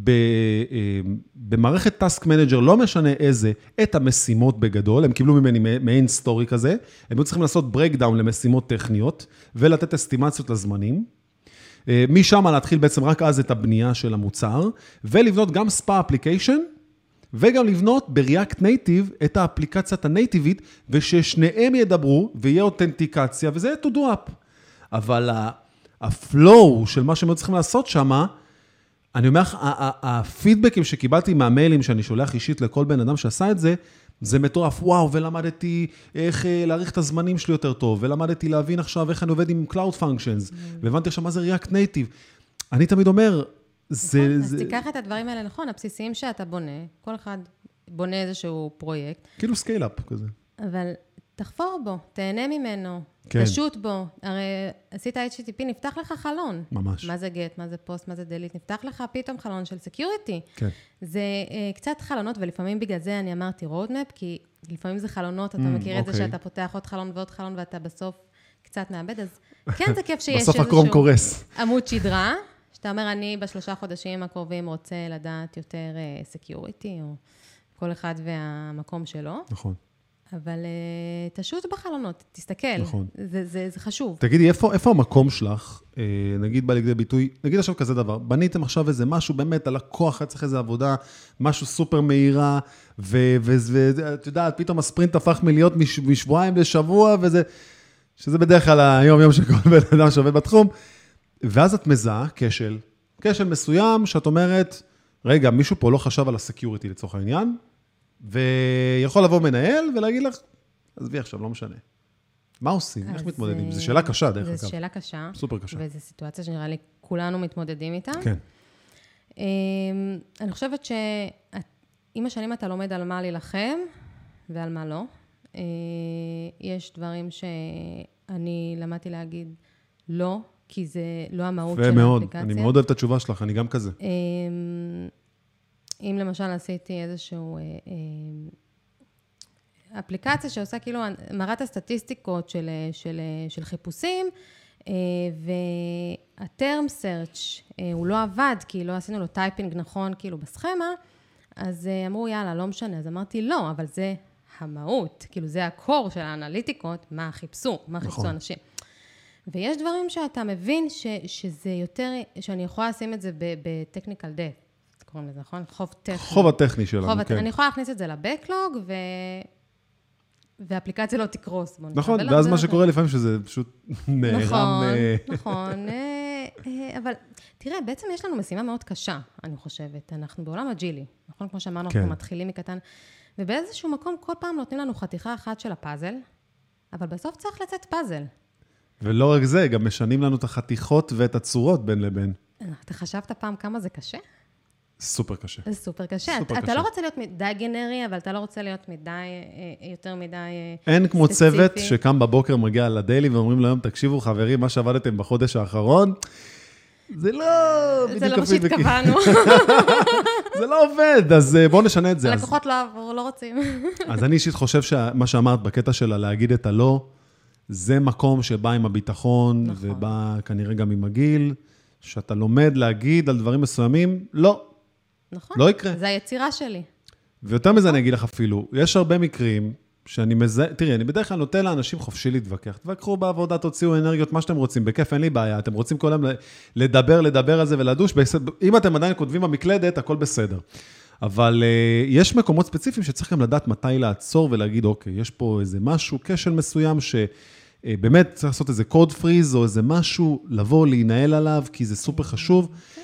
במערכת טאסק מנג'ר, לא משנה איזה, את המשימות בגדול, הם קיבלו ממני מעין סטורי כזה, הם היו צריכים לעשות ברייקדאון למשימות טכניות, ולתת אסטימציות לזמנים, משם להתחיל בעצם רק אז את הבנייה של המוצר, ולבנות גם ספא אפליקיישן, וגם לבנות בריאקט נייטיב את האפליקציית הנייטיבית, וששניהם ידברו, ויהיה אותנטיקציה, וזה to do up. אבל הפלואו של מה שהם צריכים לעשות שמה, אני אומר לך, הפידבקים שקיבלתי מהמיילים שאני שולח אישית לכל בן אדם שעשה את זה, זה מטורף, וואו, ולמדתי איך להעריך את הזמנים שלי יותר טוב, ולמדתי להבין עכשיו איך אני עובד עם Cloud Functions, והבנתי עכשיו מה זה React Native. אני תמיד אומר, זה... אז תיקח את הדברים האלה, נכון, הבסיסיים שאתה בונה, כל אחד בונה איזשהו פרויקט. כאילו סקייל-אפ כזה. אבל תחפור בו, תהנה ממנו, תשוט בו. הרי עשית אייץ' טי טי פי, נפתח לך חלון. ממש. מה זה גט, מה זה פוסט, מה זה דליט, נפתח לך פתאום חלון של סקיוריטי. כן. זה קצת חלונות, ולפעמים בגלל זה אני אמרתי רודמפ, כי לפעמים זה חלונות, אתה מכיר את זה שאתה פותח עוד חלון ועוד חלון, ואתה בסוף קצת מאבד, אז כן זה כיף שיש איזשהו עמוד שדרה, שאתה אומר, אני בשלושה חודשים הקרובים רוצה לדעת יותר סקיוריטי, או כל אחד והמקום שלו. נכון. אבל uh, תשוט בחלונות, תסתכל, נכון. זה, זה, זה חשוב. תגידי, איפה, איפה המקום שלך, אה, נגיד בא לידי ביטוי, נגיד עכשיו כזה דבר, בניתם עכשיו איזה משהו באמת, הלקוח היה צריך איזה עבודה, משהו סופר מהירה, ואת יודעת, פתאום הספרינט הפך מלהיות מש, משבועיים לשבוע, וזה, שזה בדרך כלל היום יום שכל בן אדם שעובד בתחום, ואז את מזהה כשל, כשל מסוים, שאת אומרת, רגע, מישהו פה לא חשב על הסקיוריטי לצורך העניין, ויכול לבוא מנהל ולהגיד לך, עזבי עכשיו, לא משנה. מה עושים? איך מתמודדים? זו שאלה קשה, דרך אגב. זו שאלה קשה. סופר קשה. וזו סיטואציה שנראה לי כולנו מתמודדים איתה. כן. אני חושבת שעם השנים אתה לומד על מה להילחם ועל מה לא. יש דברים שאני למדתי להגיד לא, כי זה לא המהות של האפליקציה. אני מאוד אוהב את התשובה שלך, אני גם כזה. אם למשל עשיתי איזשהו אפליקציה שעושה כאילו מראת הסטטיסטיקות של, של, של חיפושים, והטרם סרצ' הוא לא עבד, כי לא עשינו לו טייפינג נכון כאילו בסכמה, אז אמרו יאללה, לא משנה, אז אמרתי לא, אבל זה המהות, כאילו זה הקור של האנליטיקות, מה חיפשו, מה חיפשו אנשים. ויש דברים שאתה מבין ש, שזה יותר, שאני יכולה לשים את זה בטכניקל דאט. קוראים לזה, נכון? חוב טכני. חוב הטכני שלנו, חוב, כן. אני יכולה להכניס את זה לבקלוג, ו... והאפליקציה לא תקרוס. נכון, ואז מה שקורה לפעמים שזה פשוט נערם. נכון, נכון. אבל תראה, בעצם יש לנו משימה מאוד קשה, אני חושבת. אנחנו בעולם הג'ילי, נכון? כמו שאמרנו, אנחנו מתחילים מקטן, ובאיזשהו מקום כל פעם נותנים לנו חתיכה אחת של הפאזל, אבל בסוף צריך לצאת פאזל. ולא רק זה, גם משנים לנו את החתיכות ואת הצורות בין לבין. אתה חשבת פעם כמה זה קשה? סופר קשה. זה סופר קשה. אתה לא רוצה להיות מדי גנרי, אבל אתה לא רוצה להיות מדי, יותר מדי ספציפי. אין כמו צוות שקם בבוקר מגיע לדיילי ואומרים להם, תקשיבו חברים, מה שעבדתם בחודש האחרון, זה לא... זה לא מה שהתכוונו. זה לא עובד, אז בואו נשנה את זה. הלקוחות לא רוצים. אז אני אישית חושב שמה שאמרת בקטע שלה להגיד את הלא, זה מקום שבא עם הביטחון, ובא כנראה גם עם הגיל, שאתה לומד להגיד על דברים מסוימים, לא. נכון. לא יקרה. זה היצירה שלי. ויותר מזה אני אגיד לך אפילו, יש הרבה מקרים שאני מזהה, תראי, אני בדרך כלל נותן לאנשים חופשי להתווכח, תווכחו בעבודה, תוציאו אנרגיות, מה שאתם רוצים, בכיף, אין לי בעיה, אתם רוצים כל היום לדבר, לדבר על זה ולדוש, אם אתם עדיין כותבים במקלדת, הכל בסדר. אבל uh, יש מקומות ספציפיים שצריך גם לדעת מתי לעצור ולהגיד, אוקיי, יש פה איזה משהו, כשל מסוים שבאמת uh, צריך לעשות איזה קוד פריז או איזה משהו, לבוא, להינהל עליו, כי זה סופר חשוב.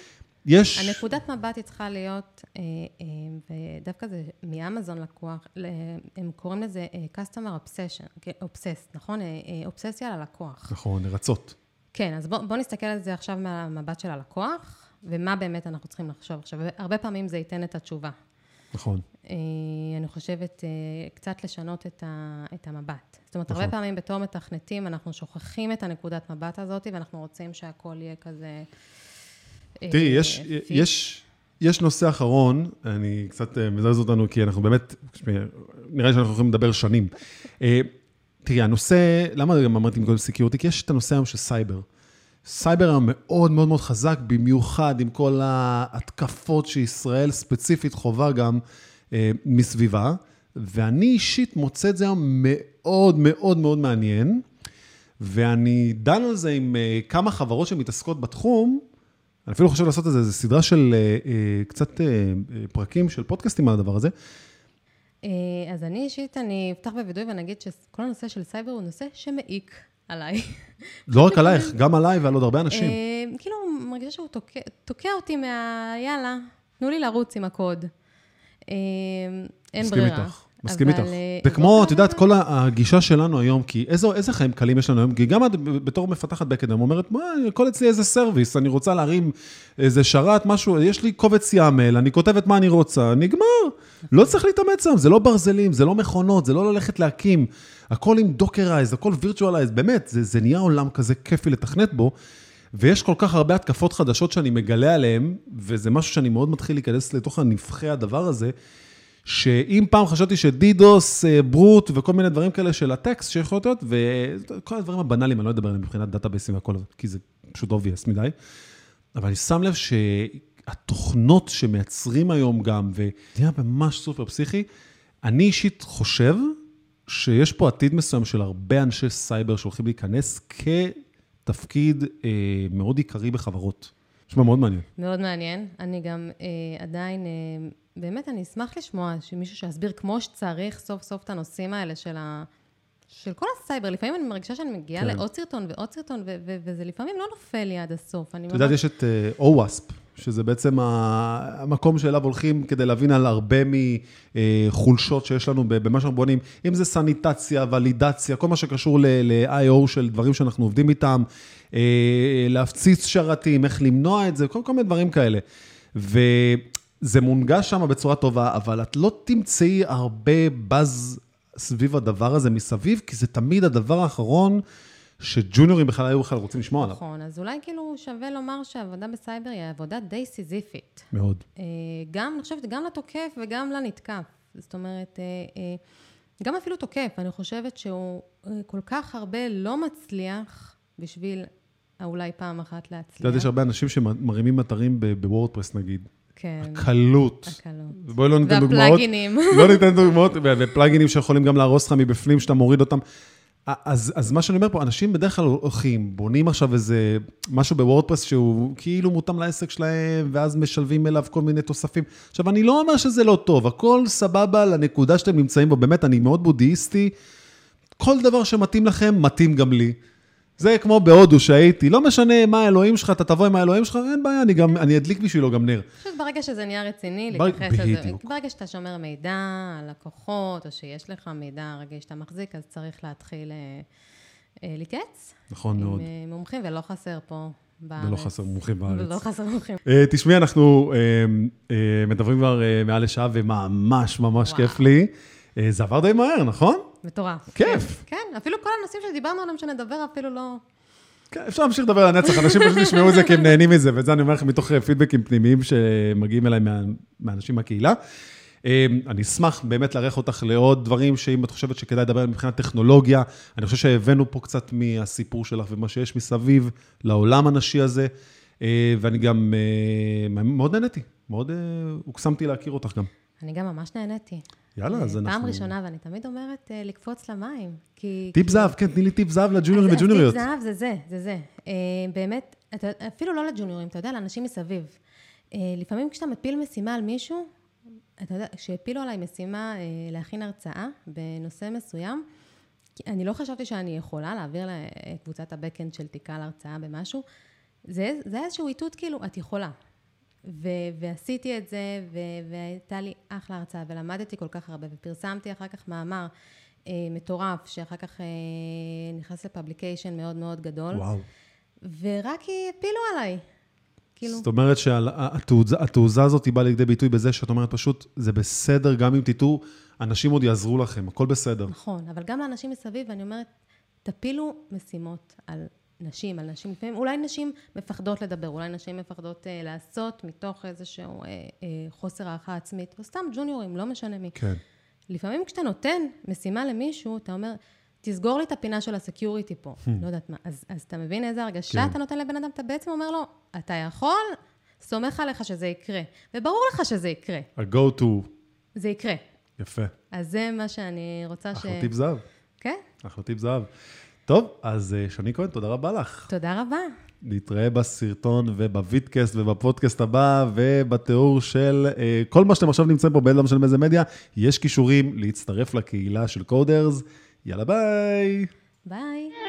יש... הנקודת מבט היא צריכה להיות, ודווקא זה מאמזון לקוח, הם קוראים לזה customer obsession, obsessed, נכון? אובססיה ללקוח. נכון, רצות. כן, אז בוא, בוא נסתכל על זה עכשיו מהמבט של הלקוח, ומה באמת אנחנו צריכים לחשוב. עכשיו, הרבה פעמים זה ייתן את התשובה. נכון. אני חושבת קצת לשנות את, ה, את המבט. זאת אומרת, נכון. הרבה פעמים בתור מתכנתים, אנחנו שוכחים את הנקודת מבט הזאת, ואנחנו רוצים שהכל יהיה כזה... תראי, יש, יש, יש נושא אחרון, אני קצת מזרז אותנו, כי אנחנו באמת, נראה לי שאנחנו יכולים לדבר שנים. תראי, הנושא, למה גם אמרתי עם כל סקיורטי? כי יש את הנושא היום של סייבר. סייבר היום מאוד מאוד מאוד חזק, במיוחד עם כל ההתקפות שישראל ספציפית חובה גם אה, מסביבה, ואני אישית מוצא את זה היום מאוד מאוד מאוד מעניין, ואני דן על זה עם אה, כמה חברות שמתעסקות בתחום, אני אפילו חושב לעשות את זה, זה סדרה של אה, אה, קצת אה, פרקים של פודקאסטים על הדבר הזה, אז אני אישית, אני אפתח בוידוי ונגיד שכל הנושא של סייבר הוא נושא שמעיק עליי. לא רק עלייך, גם עליי ועל עוד הרבה אנשים. כאילו, מרגישה שהוא תוקע אותי מה... יאללה, תנו לי לרוץ עם הקוד. אין ברירה. מסכים איתך, מסכים איתך. זה כמו, את יודעת, כל הגישה שלנו היום, כי איזה חיים קלים יש לנו היום, כי גם את בתור מפתחת בקדם, אומרת, מה, הכל אצלי איזה סרוויס, אני רוצה להרים איזה שרת, משהו, יש לי קובץ יאמל, אני כותבת מה אני רוצה, נגמר. לא צריך להתאמץ שם, זה לא ברזלים, זה לא מכונות, זה לא ללכת להקים, הכל עם דוקרייז, הכל וירטואלייז, באמת, זה, זה נהיה עולם כזה כיפי לתכנת בו, ויש כל כך הרבה התקפות חדשות שאני מגלה עליהן, וזה משהו שאני מאוד מתחיל להיכנס לתוך הנבחי הדבר הזה, שאם פעם חשבתי שדידוס, ברוט וכל מיני דברים כאלה של הטקסט שיכול להיות, וכל הדברים הבנאליים, אני לא אדבר עליהם מבחינת דאטאבייסים והכל, כי זה פשוט obvious מדי, אבל אני שם לב שהתוכנות שמייצרים היום גם, וזה היה ממש סופר פסיכי, אני אישית חושב שיש פה עתיד מסוים של הרבה אנשי סייבר שהולכים להיכנס כתפקיד אה, מאוד עיקרי בחברות. נשמע מאוד מעניין. מאוד מעניין. אני גם אה, עדיין, אה, באמת אני אשמח לשמוע שמישהו שיסביר כמו שצריך סוף סוף את הנושאים האלה של, ה, של כל הסייבר. לפעמים אני מרגישה שאני מגיעה כן. לעוד סרטון ועוד סרטון, ו- ו- וזה לפעמים לא נופל לי עד הסוף. את יודעת, ממש... יש את uh, או וואספ, שזה בעצם המקום שאליו הולכים כדי להבין על הרבה מחולשות שיש לנו במה שאנחנו בונים, אם זה סניטציה, ולידציה, כל מה שקשור ל-איי או של דברים שאנחנו עובדים איתם, להפציץ שרתים, איך למנוע את זה, כל, כל מיני דברים כאלה. וזה מונגש שם בצורה טובה, אבל את לא תמצאי הרבה בז סביב הדבר הזה מסביב, כי זה תמיד הדבר האחרון שג'וניורים בכלל היו בכלל רוצים לשמוע עליו. נכון, אז אולי כאילו שווה לומר שהעבודה בסייבר היא עבודה די סיזיפית. מאוד. גם, אני חושבת, גם לתוקף וגם לנתקף. זאת אומרת, גם אפילו תוקף, אני חושבת שהוא כל כך הרבה לא מצליח בשביל אולי פעם אחת להצליח. אתה יודע, יש הרבה אנשים שמרימים אתרים בוורדפרס נגיד. כן. הקלות. הקלות. בואי לא ניתן דוגמאות. והפלאגינים. לא ניתן דוגמאות, ופלאגינים שיכולים גם להרוס לך מבפנים, שאתה מוריד אותם. אז, אז מה שאני אומר פה, אנשים בדרך כלל הולכים, בונים עכשיו איזה משהו בוורדפרס שהוא כאילו מותאם לעסק שלהם, ואז משלבים אליו כל מיני תוספים. עכשיו, אני לא אומר שזה לא טוב, הכל סבבה לנקודה שאתם נמצאים בו, באמת, אני מאוד בודהיסטי, כל דבר שמתאים לכם, מתאים גם לי. זה כמו בהודו שהייתי, לא משנה מה האלוהים שלך, אתה תבוא עם האלוהים שלך, אין בעיה, אני גם, אני אדליק בשבילו גם נר. פשוט ברגע שזה נהיה רציני, להתייחס לזה, ברגע שאתה שומר מידע על לקוחות, או שיש לך מידע רגע שאתה מחזיק, אז צריך להתחיל להתייעץ. נכון מאוד. עם מומחים, ולא חסר פה בארץ. ולא חסר מומחים בארץ. ולא חסר מומחים. תשמעי, אנחנו מדברים כבר מעל לשעה, וממש ממש כיף לי. זה עבר די מהר, נכון? מטורף. כיף. כן, אפילו כל הנושאים שדיברנו עליהם שנדבר, אפילו לא... כן, אפשר להמשיך לדבר על הנצח, אנשים פשוט ישמעו את זה כי הם נהנים מזה, ואת זה אני אומר לכם מתוך פידבקים פנימיים שמגיעים אליי מהאנשים מהקהילה. אני אשמח באמת לארח אותך לעוד דברים שאם את חושבת שכדאי לדבר מבחינת טכנולוגיה, אני חושב שהבאנו פה קצת מהסיפור שלך ומה שיש מסביב לעולם הנשי הזה, ואני גם מאוד נהניתי, מאוד הוקסמתי להכיר אותך גם. אני גם ממש נהניתי. יאללה, אז אנחנו... פעם ראשונה, ואני תמיד אומרת לקפוץ למים, כי... טיפ זהב, כן, תני לי טיפ זהב לג'וניורים וג'וניוריות. טיפ זהב זה זה, זה זה. באמת, אפילו לא לג'וניורים, אתה יודע, לאנשים מסביב. לפעמים כשאתה מפיל משימה על מישהו, אתה יודע, כשהפילו עליי משימה להכין הרצאה בנושא מסוים, אני לא חשבתי שאני יכולה להעביר לקבוצת הבקאנד של תיקה להרצאה במשהו, זה איזשהו איתות כאילו, את יכולה. ו- ועשיתי את זה, ו- והייתה לי אחלה הרצאה, ולמדתי כל כך הרבה, ופרסמתי אחר כך מאמר אה, מטורף, שאחר כך אה, נכנס לפאבליקיישן מאוד מאוד גדול. וואו. ורק הפילו עליי. כאילו... זאת אומרת שהתעוזה הזאת היא באה לידי ביטוי בזה שאת אומרת פשוט, זה בסדר, גם אם תיתו, אנשים עוד יעזרו לכם, הכל בסדר. נכון, אבל גם לאנשים מסביב, אני אומרת, תפילו משימות על נשים, על נשים לפעמים, אולי נשים מפחדות לדבר, אולי נשים מפחדות אה, לעשות מתוך איזשהו אה, אה, חוסר הערכה עצמית, או סתם ג'וניורים, לא משנה מי. כן. לפעמים כשאתה נותן משימה למישהו, אתה אומר, תסגור לי את הפינה של הסקיוריטי פה, לא יודעת מה, אז, אז אתה מבין איזה הרגשה כן. אתה נותן לבן אדם, אתה בעצם אומר לו, אתה יכול, סומך עליך שזה יקרה, וברור לך שזה יקרה. ה-go to. זה יקרה. יפה. אז זה מה שאני רוצה ש... אחלה טיפ זהב. כן? אחלה טיפ זהב. טוב, אז שני כהן, תודה רבה לך. תודה רבה. נתראה בסרטון ובווידקאסט ובפודקאסט הבא ובתיאור של אה, כל מה שאתם עכשיו נמצאים פה באלם של איזה מדיה, יש קישורים להצטרף לקהילה של קודרס. יאללה ביי. ביי.